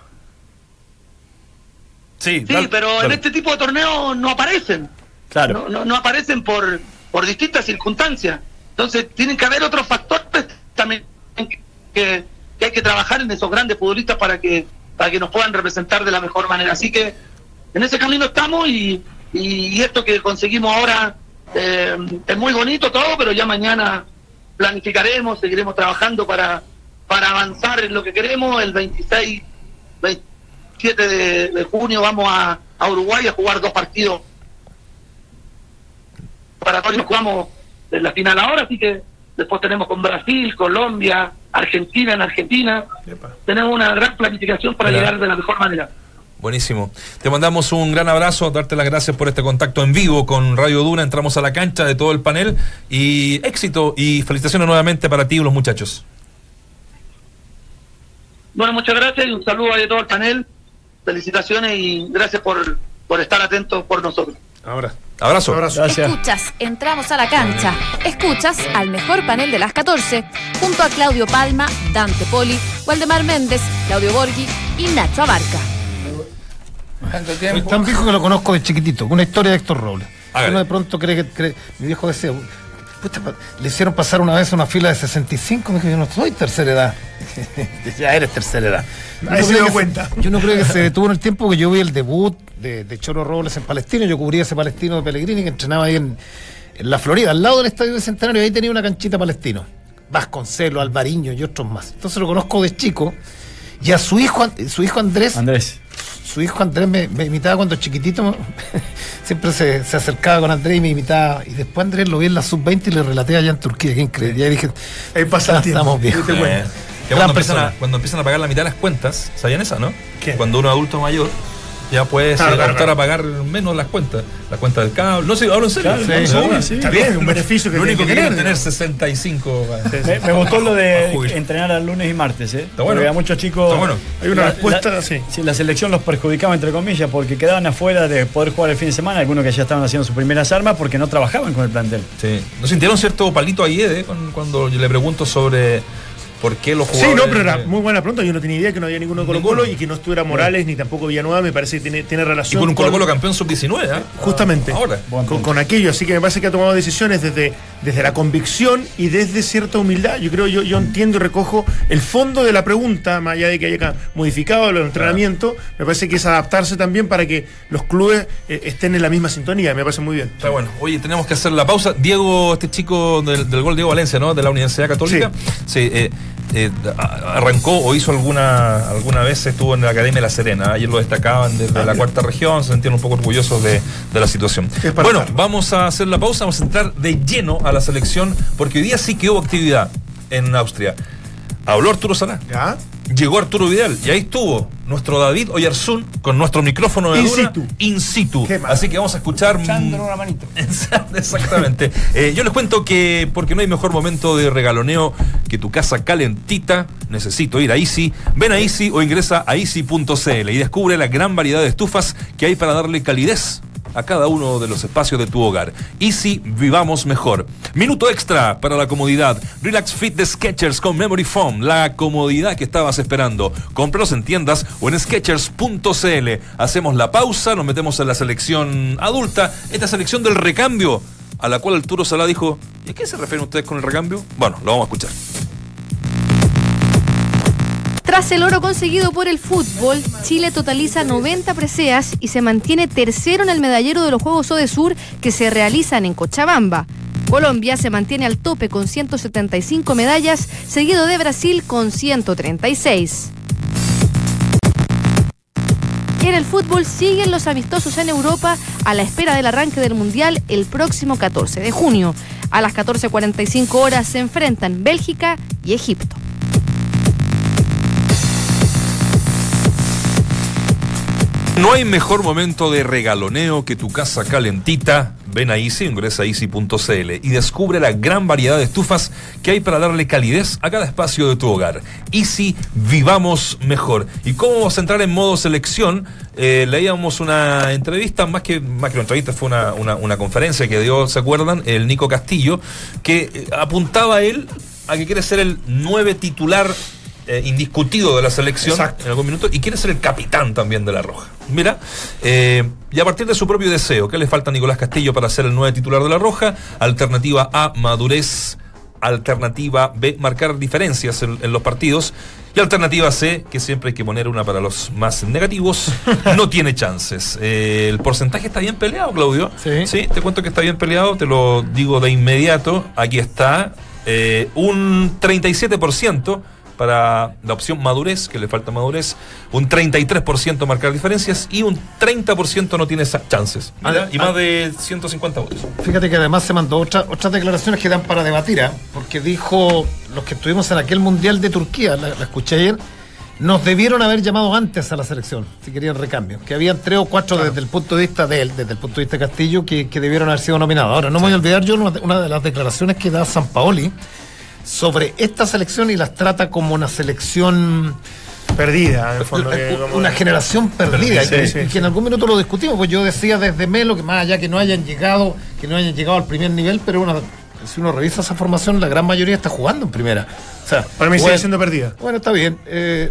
Sí, Sí, dale, pero dale. en este tipo de torneos no aparecen. Claro. No, no, no aparecen por, por distintas circunstancias. Entonces tienen que haber otros factores también que, que hay que trabajar en esos grandes futbolistas para que, para que nos puedan representar de la mejor manera. Así que en ese camino estamos y, y, y esto que conseguimos ahora eh, es muy bonito todo, pero ya mañana planificaremos, seguiremos trabajando para, para avanzar en lo que queremos. El veintiséis, veintisiete de, de junio vamos a, a Uruguay a jugar dos partidos para todos. Jugamos en la final ahora, así que después tenemos con Brasil, Colombia, Argentina en Argentina. Epa. Tenemos una gran planificación para Claro. llegar de la mejor manera. Buenísimo. Te mandamos un gran abrazo, darte las gracias por este contacto en vivo con Radio Duna. Entramos a la cancha de todo el panel y éxito y felicitaciones nuevamente para ti y los muchachos. Bueno, muchas gracias y un saludo a todo el panel. Felicitaciones y gracias por, por estar atentos por nosotros. Ahora. Abrazo. Abrazo. Gracias. Escuchas, entramos a la cancha. Escuchas al mejor panel de las catorce, junto a Claudio Palma, Dante Poli, Waldemar Méndez, Claudio Borghi y Nacho Abarca. Tanto Es tiempo. tan viejo que lo conozco de chiquitito. Una historia de Héctor Robles. A ver. Uno de pronto cree que. Cree, mi viejo decía. "Puta, pa- le hicieron pasar una vez una fila de sesenta y cinco. Me dijo, yo no soy tercera edad. Ya eres tercera edad. Yo Ahí no se creo dio que cuenta. Yo no creo que se detuvo en el tiempo que yo vi el debut de, de Choro Robles en Palestino. Yo cubría ese Palestino de Pellegrini que entrenaba ahí en, en la Florida, al lado del Estadio Bicentenario. Ahí tenía una canchita Palestino. Vasconcelos, Alvariño y otros más. Entonces lo conozco de chico. Y a su hijo, su hijo Andrés. Andrés. Su hijo Andrés me, me imitaba cuando chiquitito, siempre se, se acercaba con Andrés y me imitaba. Y después Andrés lo vi en la sub veinte y le relaté allá en Turquía. ¿Quién cree? Y ahí dije, Ahí pasa el tiempo. estamos viejos. Te Eh, cuento. que Gran cuando, empiezan a, persona. cuando empiezan a pagar la mitad de las cuentas, ¿sabían esa, no? ¿Qué? Cuando uno es adulto mayor, ya puedes Claro, eh, claro, optar claro. a pagar menos las cuentas, las cuentas del cable. No sé, hablo en serio. Claro, no, sí, no, sí, no, sí. Está bien, un beneficio que Lo único que tiene quieren que tener sesenta y cinco. Me, me gustó lo A de jubil. entrenar al lunes y martes, ¿eh? Está bueno. Porque a muchos chicos. Está bueno. Hay una la- respuesta, la- sí. La selección los perjudicaba, entre comillas, porque quedaban afuera de poder jugar el fin de semana. Algunos que ya estaban haciendo sus primeras armas porque no trabajaban con el plantel. Sí. ¿No sintieron cierto palito a Iede cuando, cuando yo le pregunto sobre por qué los Sí, jugadores... no, pero era muy buena pregunta. Yo no tenía idea que no había ninguno de Colo Colo Ninguno. y que no estuviera Morales ni tampoco Villanueva. Me parece que tiene, tiene Y relación con un Colo Colo campeón sub diecinueve, ¿eh? justamente Ahora. con, con aquello. Así que me parece que ha tomado decisiones desde, desde la convicción y desde cierta humildad. Yo creo, yo, yo entiendo y recojo el fondo de la pregunta, más allá de que haya modificado el entrenamiento. Me parece que es adaptarse también para que los clubes eh, estén en la misma sintonía. Me parece muy bien. Está bueno. Oye, tenemos que hacer la pausa. Diego, este chico del, del gol, Diego Valencia, ¿no? De la Universidad Católica. Sí. eh, eh, a- arrancó o hizo alguna alguna vez, estuvo en la Academia de La Serena. Ayer lo destacaban desde Ah, la mira. cuarta región, se sentían un poco orgullosos de, de la situación. Es para Bueno, estar. vamos a hacer la pausa, vamos a entrar de lleno a la selección, porque hoy día sí que hubo actividad en Austria. Habló Arturo Salá. ¿Ya? Llegó Arturo Vidal y ahí estuvo nuestro David Oyarzún con nuestro micrófono de In Duna, situ. in situ. Qué mal. Así que vamos a escuchar. Echándole una manito. Exactamente. Eh, yo les cuento que porque no hay mejor momento de regaloneo que tu casa calentita, necesito ir a Easy. Ven a Easy o ingresa a easy punto c l y descubre la gran variedad de estufas que hay para darle calidez a cada uno de los espacios de tu hogar. Easy, vivamos mejor. Minuto extra para la comodidad. Relax Fit de Skechers con Memory Foam. La comodidad que estabas esperando. Cómpralos en tiendas o en skechers punto c l. Hacemos la pausa, nos metemos en la selección adulta. Esta selección del recambio, a la cual Arturo Salá dijo, ¿y a qué se refieren ustedes con el recambio? Bueno, lo vamos a escuchar. Tras el oro conseguido por el fútbol, Chile totaliza noventa preseas y se mantiene tercero en el medallero de los Juegos Odesur que se realizan en Cochabamba. Colombia se mantiene al tope con ciento setenta y cinco medallas, seguido de Brasil con ciento treinta y seis. En el fútbol siguen los amistosos en Europa a la espera del arranque del Mundial el próximo catorce de junio. A las catorce cuarenta y cinco horas se enfrentan Bélgica y Egipto. No hay mejor momento de regaloneo que tu casa calentita. Ven a Easy, ingresa a easy punto c l y descubre la gran variedad de estufas que hay para darle calidez a cada espacio de tu hogar. Easy, vivamos mejor. ¿Y cómo vamos a entrar en modo selección? Eh, leíamos una entrevista, más que, más que una entrevista, fue una, una, una conferencia que dio, ¿se acuerdan? El Nico Castillo, que eh, apuntaba él a que quiere ser el nueve titular Eh, indiscutido de la selección. Exacto. En algún minuto, y quiere ser el capitán también de la Roja. Mira, eh, y a partir de su propio deseo, ¿qué le falta a Nicolás Castillo para ser el nueve titular de la Roja? Alternativa A, madurez. Alternativa B, marcar diferencias en, en los partidos. Y alternativa C, que siempre hay que poner una para los más negativos, no tiene chances. Eh, el porcentaje está bien peleado, Claudio. Sí. Sí, te cuento que está bien peleado, te lo digo de inmediato. Aquí está, eh, un treinta y siete por ciento para la opción madurez, que le falta madurez, un treinta y tres por ciento marcar diferencias y un treinta por ciento no tiene esas chances. Mira, Ah, y ah. más de ciento cincuenta votos. Fíjate que además se mandó otra, otras declaraciones que dan para debatir, ¿eh? Porque dijo, los que estuvimos en aquel Mundial de Turquía, la, la escuché ayer, nos debieron haber llamado antes a la selección, si querían recambio. Que habían tres o cuatro desde el punto de vista de él, desde el punto de vista de Castillo, que, que debieron haber sido nominados. Ahora, no me voy a olvidar yo una, una de las declaraciones que da Sampaoli sobre esta selección y las trata como una selección Perdida, en el fondo. que vamos una a- generación perdida, Sí, y que, sí, y que sí. en algún minuto lo discutimos, pues yo decía desde Melo que más allá que no hayan llegado, que no hayan llegado al primer nivel, pero una, si uno revisa esa formación, la gran mayoría está jugando en primera. O sea, Para mí bueno, sigue siendo perdida. bueno, está bien. Eh,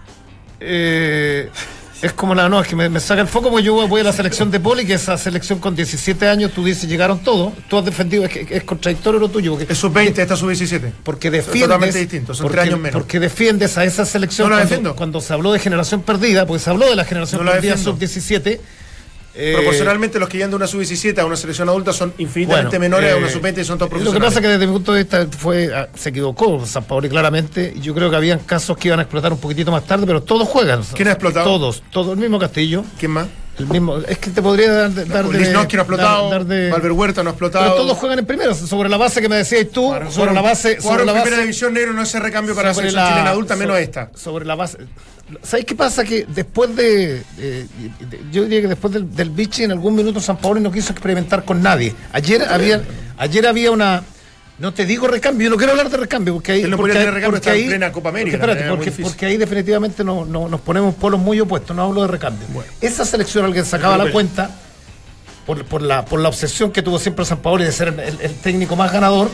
eh, es como la, no, es que me, me saca el foco porque yo voy, voy a la selección de Poli, que esa selección con diecisiete años, tú dices, llegaron todos, tú has defendido, es, que es contradictorio lo tuyo, porque Es sub veinte, esta sub diecisiete. porque Son defiendes totalmente distintos, son porque, tres años menos. porque defiendes a esa selección No la cuando, defiendo. cuando se habló de generación perdida, porque se habló de la generación No la perdida defiendo. sub diecisiete. eh, Proporcionalmente, los que llegan de una sub diecisiete a una selección adulta son infinitamente bueno, menores eh, a una sub veinte y son todos Lo que profesionales. pasa es que desde mi punto de vista fue ah, se equivocó Sampaoli claramente, y yo creo que habían casos que iban a explotar un poquitito más tarde, pero todos juegan. ¿Quién ha explotado? Todos, todo el mismo Castillo, ¿Quién más? el mismo, es que te podría dar, de- dar de, Lisnowski no ha explotado, dar- dar de- Valver Huerta no ha explotado. pero todos juegan en primera, sobre la base que me decías tú, Claro, sobre la base, jugaron sobre la en base primera división, negro, no ese recambio para la sobre selección la- chilena adulta, menos sobre- esta. Sobre la base. ¿Sabéis qué pasa? Que después de, de- de- yo diría que después del, del Vichy, en algún minuto San Paolo no quiso experimentar con nadie. Ayer había, ayer había una, no te digo recambio, yo no quiero hablar de recambio, porque ahí, Él no porque, podría ahí- tener recambio, porque está en ahí- plena Copa América, porque, espérate, era muy porque, difícil. porque ahí definitivamente no, no- nos ponemos polos muy opuestos, no hablo de recambio. Esa selección, alguien sacaba la cuenta, por, por la, por la obsesión que tuvo siempre San Paolo de ser el, el- el técnico más ganador,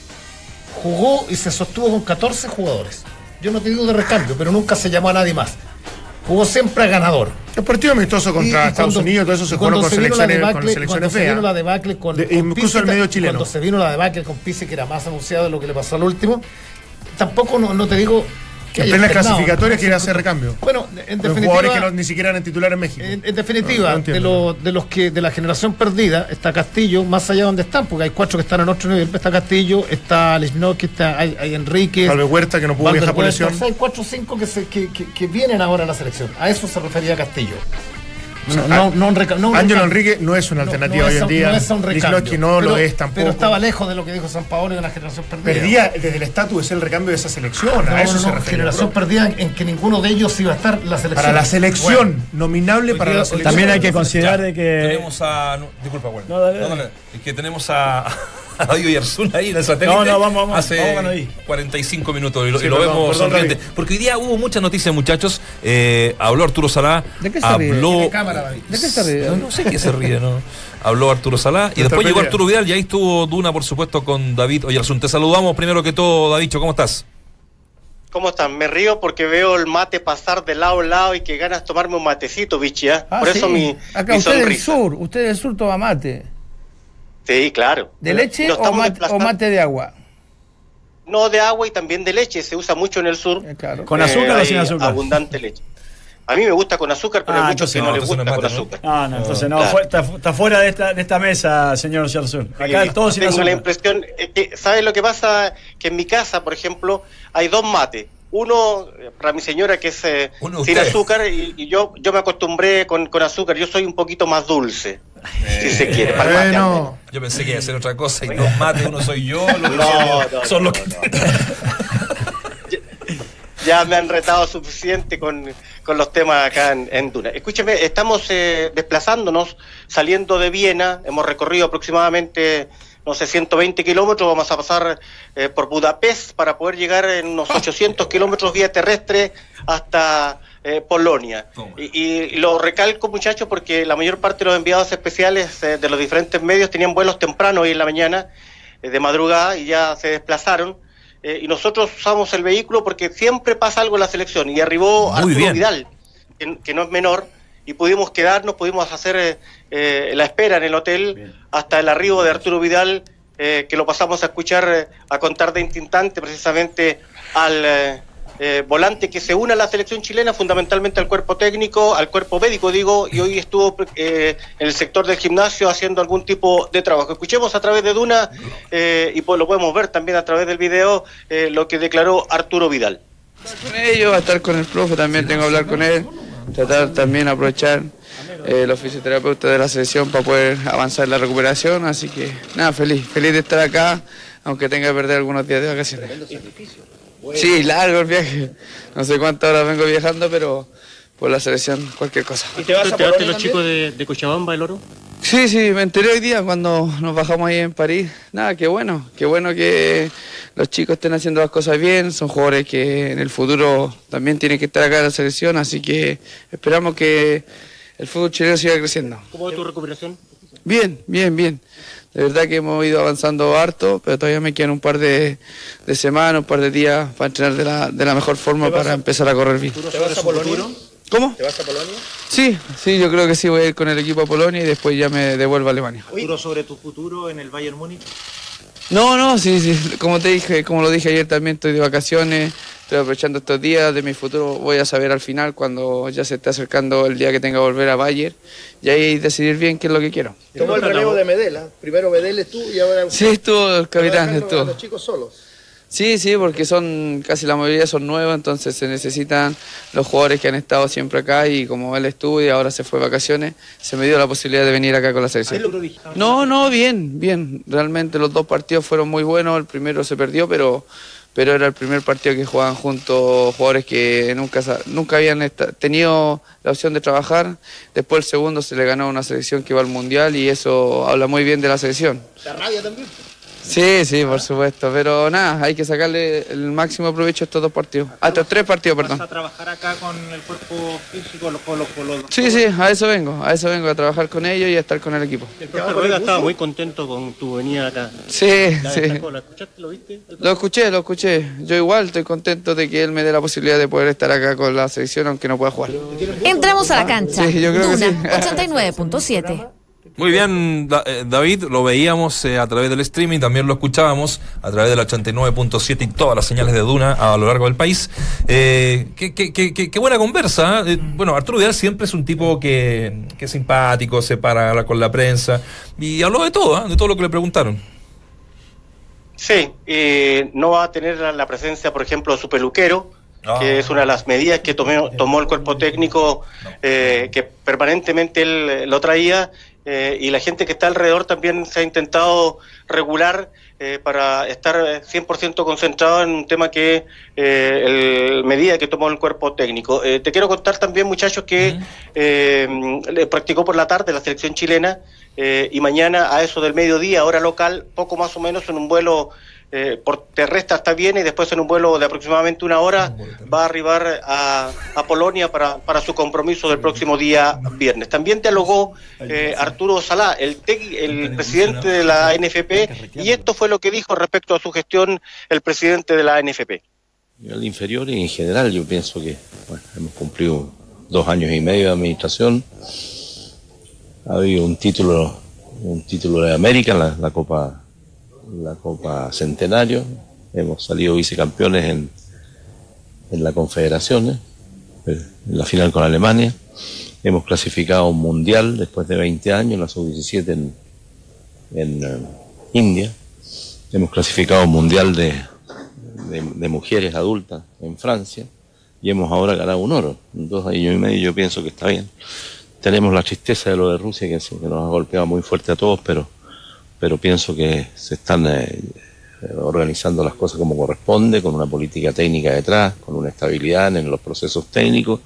jugó y se sostuvo con catorce jugadores. Yo no te digo de recambio, pero nunca se llamó a nadie más. Jugó siempre a ganador. El partido amistoso contra Y- y Estados cuando- Unidos, todo eso y se cuando jugó con se vino la selecciones, con debacle- selecciones cuando se vino la feas. debacle con, De- con incluso Pizzi, el medio chileno. Cuando se vino la debacle con Pizzi, que era más anunciado de lo que le pasó al último, tampoco no, no te digo que En haya plenas alternado. clasificatorias quiere hacer recambio. Bueno, en Con definitiva, jugadores que no- ni siquiera eran titulares en México. en, en definitiva, No, no entiendo. de, lo- de los que de la generación perdida, está Castillo, más allá de donde están, porque hay cuatro que están en otro nivel. Está Castillo, está Lichnowsky, está hay, hay Enrique, Valver Huerta, que no pudo Valver viajar por Huerta. lesión. O sea, hay cuatro o cinco que, se- que, que- que vienen ahora a la selección. A eso se refería Castillo. No, no, no un reca- no un Ángelo recambio. Enrique no es una No, alternativa no hoy es en un- día. No es un recambio. Lichnowsky no lo Pero- es tampoco. Pero estaba lejos de lo que dijo San Paolo de la generación perdida. Perdía desde el estatus de ser el recambio de esa selección. No, a eso no, se no, refiere. generación perdida en, en que ninguno de ellos iba a estar la selección. Para la selección, Bueno, nominable Hoy para día- la hoy selección. También hay que Ya, considerar de que... Tenemos a. no, disculpa, bueno. No, dale, dale. Es que tenemos a, a Radio Yarzún ahí en el satélite. No, no, vamos, vamos, Hace vamos con ahí. cuarenta y cinco minutos y lo, Sí, y lo perdón, vemos perdón, sonriente. David. Porque hoy día hubo muchas noticias, muchachos. Eh, habló Arturo Salá. ¿De qué se ríe? habló. tiene cámara, David. ¿De qué se ríe? No, no sé qué se ríe, ¿no? Habló Arturo Salá y Nuestra después llegó pelea. Arturo Vidal y ahí estuvo Duna, por supuesto, con David Oyarzún. Te saludamos primero que todo, Davicho, ¿cómo estás? ¿Cómo están? Me río porque veo el mate pasar de lado a lado y que ganas tomarme un matecito, bichi, ¿eh? Ah, Por eso sí. mi, Acá mi usted del sonrisa. sur, usted del sur toma mate. Sí, claro. ¿De leche Nos o estamos mate, o desplazando- mate de agua? No, de agua y también de leche. Se usa mucho en el sur. Eh, claro. ¿Con azúcar o hay sin azúcar? Abundante leche. A mí me gusta con azúcar, pero Ah, hay muchos entonces que no, no, les entonces gusta no con mate, ¿no? azúcar. Ah, no, entonces no, Claro. fue- está, está fuera de esta, de esta mesa, señor Yarzún. Acá Sí, todos sin tengo la azúcar. impresión, eh, que, ¿sabes lo que pasa? Que en mi casa, por ejemplo, hay dos mates. Uno eh, para mi señora que es eh, Uno sin usted. azúcar y, y yo yo me acostumbré con, con azúcar. Yo soy un poquito más dulce, si se quiere. Para el mate, al menos. Bueno, Yo pensé que iba a hacer otra cosa y dos mates, uno soy yo, los No, otros no, son no, los que. Ya me han retado suficiente con, con los temas acá en, en Duna. Escúcheme, estamos eh, desplazándonos, saliendo de Viena, hemos recorrido aproximadamente, no sé, ciento veinte kilómetros, vamos a pasar eh, por Budapest para poder llegar en unos ochocientos kilómetros vía terrestre hasta eh, Polonia. Toma. Y, y lo recalco, muchachos, porque la mayor parte de los enviados especiales eh, de los diferentes medios tenían vuelos temprano hoy en la mañana, eh, de madrugada, y ya se desplazaron. Eh, y nosotros usamos el vehículo porque siempre pasa algo en la selección. Y arribó Muy Arturo bien. Vidal, que, que no es menor, y pudimos quedarnos, pudimos hacer eh, eh, la espera en el hotel Bien. hasta el arribo de Arturo Vidal, eh, que lo pasamos a escuchar, eh, a contar de instante precisamente al eh, eh, volante que se une a la selección chilena, fundamentalmente al cuerpo técnico, al cuerpo médico, digo, y hoy estuvo eh, en el sector del gimnasio haciendo algún tipo de trabajo. Escuchemos a través de Duna, eh, y pues lo podemos ver también a través del video, eh, lo que declaró Arturo Vidal. Con ellos, a estar con el profe, también tengo que hablar con él, tratar también de aprovechar eh, los fisioterapeutas de la selección para poder avanzar en la recuperación, así que nada, feliz, feliz de estar acá, aunque tenga que perder algunos días de vacaciones. Sí, largo el viaje, no sé cuántas horas vengo viajando, pero por la selección cualquier cosa. ¿Y te vas a Polonia los chicos de, de Cochabamba, el oro? Sí, sí, me enteré hoy día cuando nos bajamos ahí en París. Nada, qué bueno, qué bueno que los chicos estén haciendo las cosas bien. Son jugadores que en el futuro también tienen que estar acá en la selección, así que esperamos que el fútbol chileno siga creciendo. ¿Cómo va tu recuperación? Bien, bien, bien. De verdad que hemos ido avanzando harto, pero todavía me quedan un par de, de semanas, un par de días para entrenar de la, de la mejor forma para empezar a correr bien. ¿Te vas a Polonia? ¿Cómo? ¿Te vas a Polonia? Sí, sí, yo creo que sí, voy a ir con el equipo a Polonia y después ya me devuelvo a Alemania. ¿Futuro sobre tu futuro en el Bayern Múnich? No, no, sí, sí, como te dije, como lo dije ayer también, estoy de vacaciones, estoy aprovechando estos días de mi futuro, voy a saber al final cuando ya se esté acercando el día que tenga que volver a Bayern y ahí decidir bien qué es lo que quiero. Tomó el relevo de Medel, ¿ah? Primero Medel tú y ahora... Sí, estuvo el capitán, dejarlo a estuvo. los chicos solos. Sí, sí, porque son, casi la mayoría son nuevos, entonces se necesitan los jugadores que han estado siempre acá y como él estuvo y ahora se fue de vacaciones, se me dio la posibilidad de venir acá con la selección. No, no, bien, bien, realmente los dos partidos fueron muy buenos, el primero se perdió, pero, pero era el primer partido que jugaban juntos jugadores que nunca, sa- nunca habían esta- tenido la opción de trabajar. Después el segundo se le ganó a una selección que va al Mundial y eso habla muy bien de la selección. ¿La rabia también? Sí, sí, por supuesto, pero nada, hay que sacarle el máximo provecho a estos dos partidos, a estos tres partidos, perdón. ¿Vas a trabajar acá con el cuerpo físico, los, con los, con los Sí, sí, a eso vengo, a eso vengo, a trabajar con ellos y a estar con el equipo. El profe Rueda estaba muy contento con tu venida acá. Sí, La sí. destacó, ¿la escuchaste, lo viste? Lo escuché, lo escuché. Yo igual estoy contento de que él me dé la posibilidad de poder estar acá con la selección aunque no pueda jugar. Entramos a la cancha. Sí, yo creo que Duna, sí. ochenta y nueve punto siete. Muy bien, Da- eh, David, lo veíamos eh, a través del streaming, también lo escuchábamos a través del ochenta y nueve punto siete y todas las señales de Duna a lo largo del país. Eh, qué, qué- qué- qué- qué buena conversa. ¿eh? Eh, bueno, Arturo Vidal siempre es un tipo que, que es simpático, se para hablar con la prensa y habló de todo, ¿eh? de todo lo que le preguntaron. Sí, eh, no va a tener la, la presencia, por ejemplo, de su peluquero, Ah. que es una de las medidas que tomó, tomó el cuerpo técnico, eh, que permanentemente él eh, lo traía, eh, y la gente que está alrededor también se ha intentado regular eh, para estar eh, cien por ciento concentrado en un tema que eh, el medida que tomó el cuerpo técnico. Eh, te quiero contar también, muchachos, que eh, le practicó por la tarde la selección chilena, eh, y mañana a eso del mediodía, hora local, poco más o menos en un vuelo eh, por terrestre hasta Viena y después en un vuelo de aproximadamente una hora va a arribar a, a Polonia para, para su compromiso del próximo día viernes. También dialogó eh, Arturo Salá, el, tec- el presidente de la A N F P, y esto fue lo que dijo respecto a su gestión el presidente de la A N F P. A nivel inferior y en general yo pienso que bueno, hemos cumplido dos años y medio de administración. Ha habido un título, un título de América, la, la Copa, la Copa Centenario. Hemos salido vicecampeones en, en la Confederaciones, en la final con Alemania. Hemos clasificado a un mundial después de veinte años, la sub diecisiete en, en eh, India. Hemos clasificado a un mundial de, de, de mujeres adultas en Francia y hemos ahora ganado un oro. En dos años y medio yo pienso que está bien. Tenemos la tristeza de lo de Rusia que, se- que nos ha golpeado muy fuerte a todos, pero, pero pienso que se están eh, organizando las cosas como corresponde, con una política técnica detrás, con una estabilidad en los procesos técnicos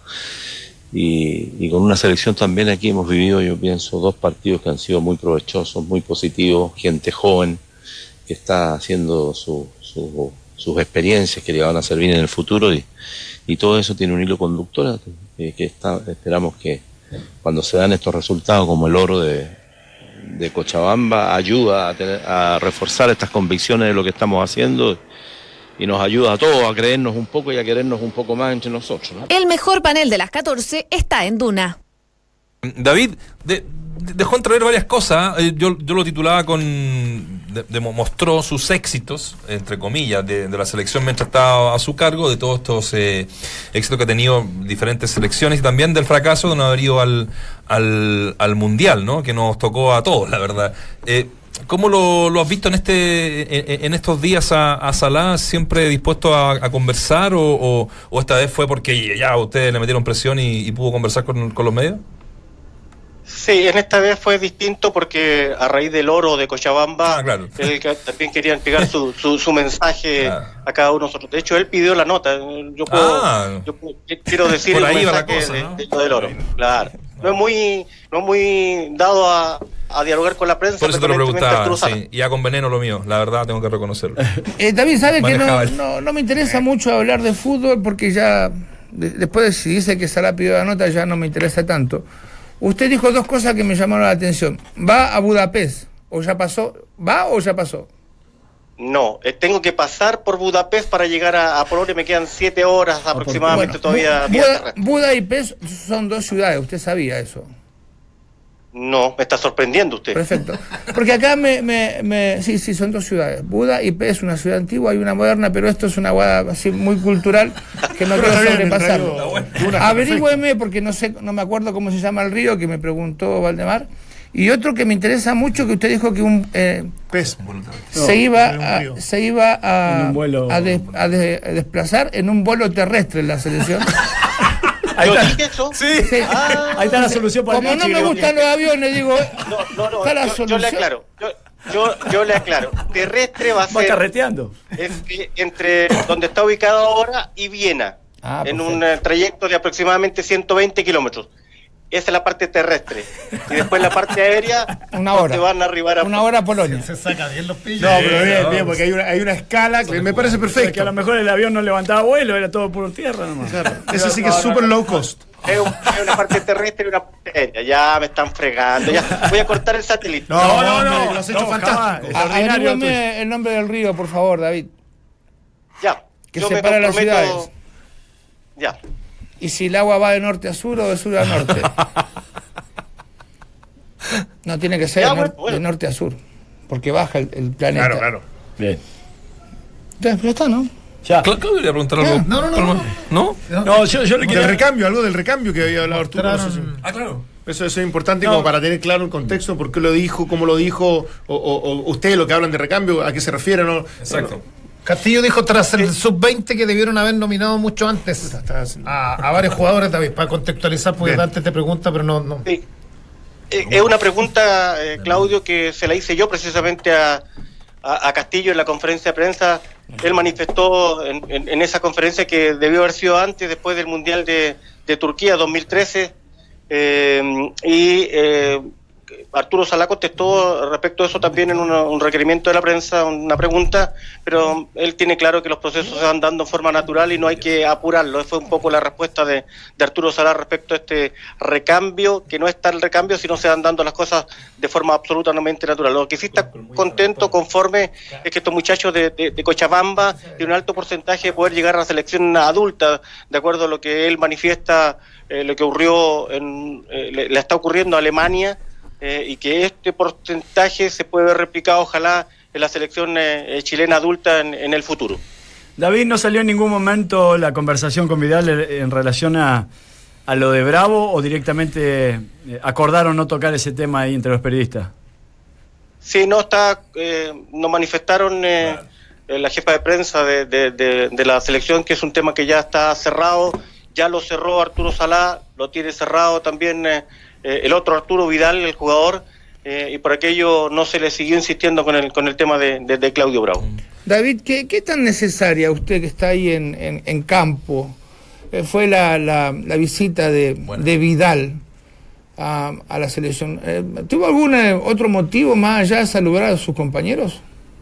y, y con una selección también. Aquí hemos vivido, yo pienso, dos partidos que han sido muy provechosos, muy positivos, gente joven que está haciendo su, su- sus experiencias que le van a servir en el futuro y, y todo eso tiene un hilo conductor que, que está, esperamos que cuando se dan estos resultados como el oro de, de Cochabamba ayuda a, tener, a reforzar estas convicciones de lo que estamos haciendo y nos ayuda a todos a creernos un poco y a querernos un poco más entre nosotros, ¿no? El mejor panel de las catorce está en Duna. David de- de- dejó entrever varias cosas. eh, Yo, yo lo titulaba con. de- de- mostró sus éxitos, entre comillas, de, de la selección mientras estaba a su cargo, de todos estos eh, éxitos que ha tenido diferentes selecciones y también del fracaso de no haber ido al, al, al mundial, ¿no? Que nos tocó a todos, la verdad. Eh, ¿Cómo lo, lo has visto en este en, en estos días a, a Salá? ¿Siempre dispuesto a, a conversar o, o, o esta vez fue porque ya ustedes le metieron presión y, y pudo conversar con, con los medios? Sí, en esta vez fue distinto porque a raíz del oro de Cochabamba, Ah, claro. él que- también quería entregar su, su, su mensaje a cada uno de nosotros. De hecho, él pidió la nota. Yo puedo, Ah. yo puedo- quiero decir Por el ahí va la mensaje cosa, de- ¿no? de lo del oro. Claro. No es muy, no es muy dado a, a dialogar con la prensa. Por eso te lo permanentemente preguntaba, Arturo Sala. sí, y ya con veneno lo mío, la verdad tengo que reconocerlo. Eh, David, ¿sabe que no, Manejaba el- no, no me interesa mucho hablar de fútbol porque ya, de- después de si dice que Salá pidió la nota, ya no me interesa tanto. Usted dijo dos cosas que me llamaron la atención. ¿Va a Budapest? ¿O ya pasó? ¿Va o ya pasó? No, eh, tengo que pasar por Budapest para llegar a, a Polonia. Me quedan siete horas aproximadamente Bueno, todavía. Bu- vía Buda, terrestre. Buda y Pest son dos ciudades, usted sabía eso. No, me está sorprendiendo usted. Perfecto. Porque acá me, me, me- sí, sí, son dos ciudades. Buda y Pest es una ciudad antigua y una moderna, pero esto es una guada así muy cultural que no Pero quiero está bien, sobrepasarlo. el rayo Duna está Averígüeme, porque no sé, no me acuerdo cómo se llama el río que me preguntó Valdemar. Y otro que me interesa mucho, que usted dijo que un eh, Pez. se iba un a, río. se iba a, En un vuelo- a, des- a de- a desplazar en un vuelo terrestre en la selección. Ahí ¿Yo está. dije eso? Sí, Sí. ahí está la solución para Como el no me Michi, gustan los aviones, digo, No, no, no, está la yo, yo le solución. aclaro. Yo, yo, yo le aclaro. Terrestre va a Va ser carreteando. entre, entre donde está ubicado ahora y Viena, Ah, en perfecto. un eh, trayecto de aproximadamente ciento veinte kilómetros. Esa es la parte terrestre. Y después la parte aérea, Una donde hora. van a arribar a Una hora a Polonia. Se saca bien los pillos. No, pero bien, bien, porque hay una, hay una escala que me parece Que a perfecto. lo mejor el avión no levantaba vuelo, era todo por tierra nomás. Claro, ese sí que es súper low cost. Es, un- es una parte terrestre y una parte aérea. Ya me están fregando. Ya voy a cortar el satélite. No, no, no, lo has hecho no, fantástico. jamás. A- Extraordinario Averígüeme el nombre del río, por favor, David. Ya. Que Yo me separa las comprometo- ciudades. Ya. Y si el agua va de norte a sur o de sur a norte. No tiene que ser Ya, de, nor- bueno, bueno. de norte a sur. Porque baja el, el planeta. Claro, claro. Bien. Ya, pero está, ¿no? Ya. Cla- Claudio le iba a preguntar algo. No, no, no, no. ¿No? No, yo, yo le Del quería. recambio, algo del recambio que había hablado Arturo. no sé si- Mostraron- Ah, claro. Eso, eso es importante No. como para tener claro el contexto, por qué lo dijo, cómo lo dijo, o, o- o ustedes lo que hablan de recambio, a qué se refiere, ¿no? Exacto. Castillo dijo tras el sub veinte que debieron haber nominado mucho antes a, a varios jugadores, David, para contextualizar, porque Bien. Dante te pregunta, pero no. no. Sí. Eh, Es una pregunta, eh, Claudio, que se la hice yo precisamente a, a- a Castillo en la conferencia de prensa. Él manifestó en, en- en esa conferencia que debió haber sido antes, después del Mundial de, de Turquía dos mil trece. eh, y eh, Arturo Salá contestó respecto a eso también en una- un requerimiento de la prensa, una pregunta, pero él tiene claro que los procesos se van dando en forma natural y no hay que apurarlo. Fue un poco la respuesta de, de Arturo Salá respecto a este recambio, que no es tal recambio, sino se van dando las cosas de forma absolutamente natural. Lo que sí está contento, conforme, es que estos muchachos de, de- de Cochabamba tienen un alto porcentaje de poder llegar a la selección adulta, de acuerdo a lo que él manifiesta, eh, lo que ocurrió, en, eh, le, le está ocurriendo a Alemania, eh, y que este porcentaje se puede ver replicado, ojalá, en la selección eh, eh, chilena adulta en, en el futuro. David, ¿no salió en ningún momento la conversación con Vidal en en relación a, a lo de Bravo o directamente eh, acordaron no tocar ese tema ahí entre los periodistas? Sí, no está, eh, nos manifestaron eh, eh, la jefa de prensa de, de, de, de la selección, que es un tema que ya está cerrado, ya lo cerró Arturo Salá, lo tiene cerrado también eh, eh, el otro Arturo Vidal, el jugador, eh, y por aquello no se le siguió insistiendo con el con el tema de, de, de Claudio Bravo. David, ¿qué, qué tan necesaria usted que está ahí en, en, en campo eh, fue la, la, la visita de, de Vidal a, a la selección? Eh, ¿Tuvo algún eh, otro motivo más allá de saludar a sus compañeros?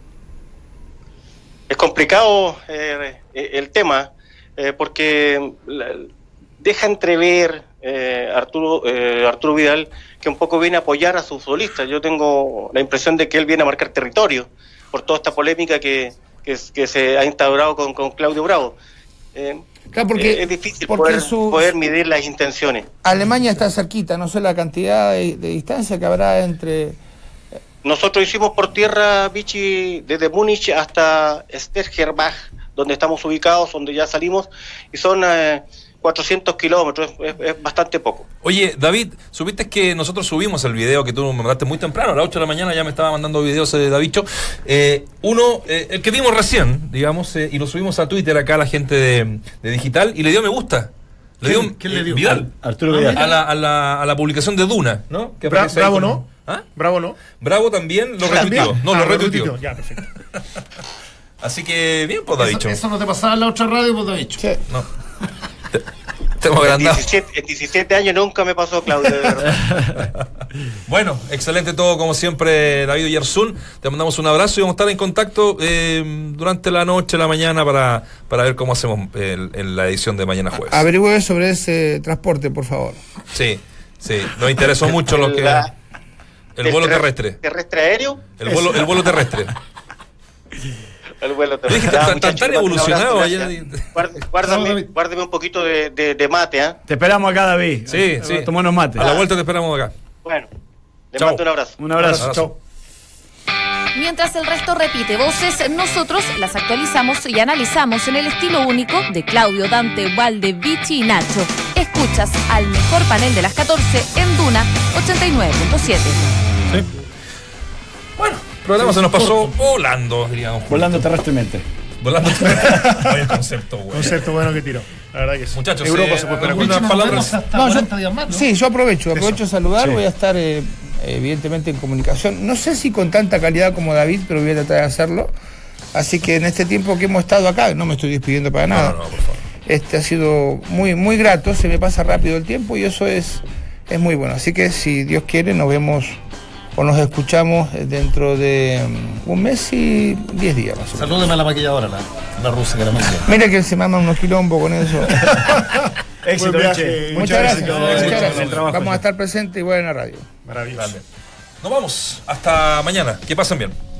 Es complicado eh, eh, el tema, eh, porque la- deja entrever eh, Arturo eh, Arturo Vidal que un poco viene a apoyar a sus futbolistas. Yo tengo la impresión de que él viene a marcar territorio por toda esta polémica que, que, que se ha instaurado con, con Claudio Bravo. Eh, Claro, porque- eh, es difícil porque poder, su- poder medir las intenciones. Alemania está cerquita, no sé la cantidad de, de distancia que habrá entre... Nosotros hicimos por tierra, Vichy, desde Múnich hasta Stegerbach, donde estamos ubicados, donde ya salimos, y son eh, cuatrocientos kilómetros, es, es bastante poco. Oye, David, ¿supiste que nosotros subimos el video que tú me mandaste muy temprano? A las ocho de la mañana ya me estaba mandando videos de Davicho. Eh, uno, eh, el que vimos recién, digamos, eh, y lo subimos a Twitter acá a la gente de, de Digital, y le dio me gusta. Le ¿Quién- dio, quién le dio? Vidal. Arturo Ah, Vidal. A la, a, la, a la publicación de Duna, ¿no? Que Bra- aparece ahí Bravo con- no. ¿Ah? Bravo no. Bravo también lo ¿También? retuiteó. No, Ah, lo retuiteó. Ya, perfecto. Así que, bien, pues, Eso, Davicho. eso no te pasaba en la otra radio, pues, David. No. Te hemos En agrandado. diecisiete, en diecisiete años nunca me pasó, Claudio, de verdad. Bueno, excelente todo como siempre, David Yersun. Te mandamos un abrazo y vamos a estar en contacto eh, durante la noche, la mañana, para, para ver cómo hacemos el- en la edición de mañana jueves. Averigüe sobre ese transporte, por favor. Sí, sí, nos interesó mucho lo que... La- El vuelo terrestre. ¿Terrestre aéreo? El vuelo, el vuelo terrestre. El vuelo Yo dije, terrestre. tan- Ya, tan- muchachos, tan les mando un evolucionado abrazo, allá. gracias. Guard- Guárdame, guárdame un poquito de, de, de mate, ¿ah? Te esperamos acá, David. Sí, sí. Tomanos mate. A la vuelta te esperamos acá. Bueno, les Chao. mando un abrazo. Un abrazo. Abrazo. Chao. Mientras el resto repite voces, nosotros las actualizamos y analizamos en el estilo único de Claudio, Dante, Valde, Vichy y Nacho. Escuchas al mejor panel de las catorce en Duna ochenta y nueve punto siete. Bueno, el programa se nos pasó volando, diríamos. Volando terrestremente. Volando. Vaya concepto, güey. Concepto bueno que tiró. La verdad que sí. Muchachos, Europa eh, se puede algunas permitir. palabras. No, yo- sí, yo aprovecho, aprovecho a saludar, Sí. voy a estar eh, evidentemente en comunicación. No sé si con tanta calidad como David, pero voy a tratar de hacerlo. Así que en este tiempo que hemos estado acá, no me estoy despidiendo para nada. No, no, no, por favor. Este ha sido muy, muy grato, se me pasa rápido el tiempo y eso es, es muy bueno. Así que si Dios quiere, nos vemos o nos escuchamos dentro de um, un mes y diez días más o menos. Salúdeme a la maquilladora, la, la rusa que la maquilla. Mira que se mama unos quilombos con eso. Éxito, Che. Muchas gracias. éxito, Muchas éxito gracias. en el trabajo, Vamos a Che. estar presentes igual en la radio. Maravilloso. Nos vamos. Hasta mañana. Que pasen bien.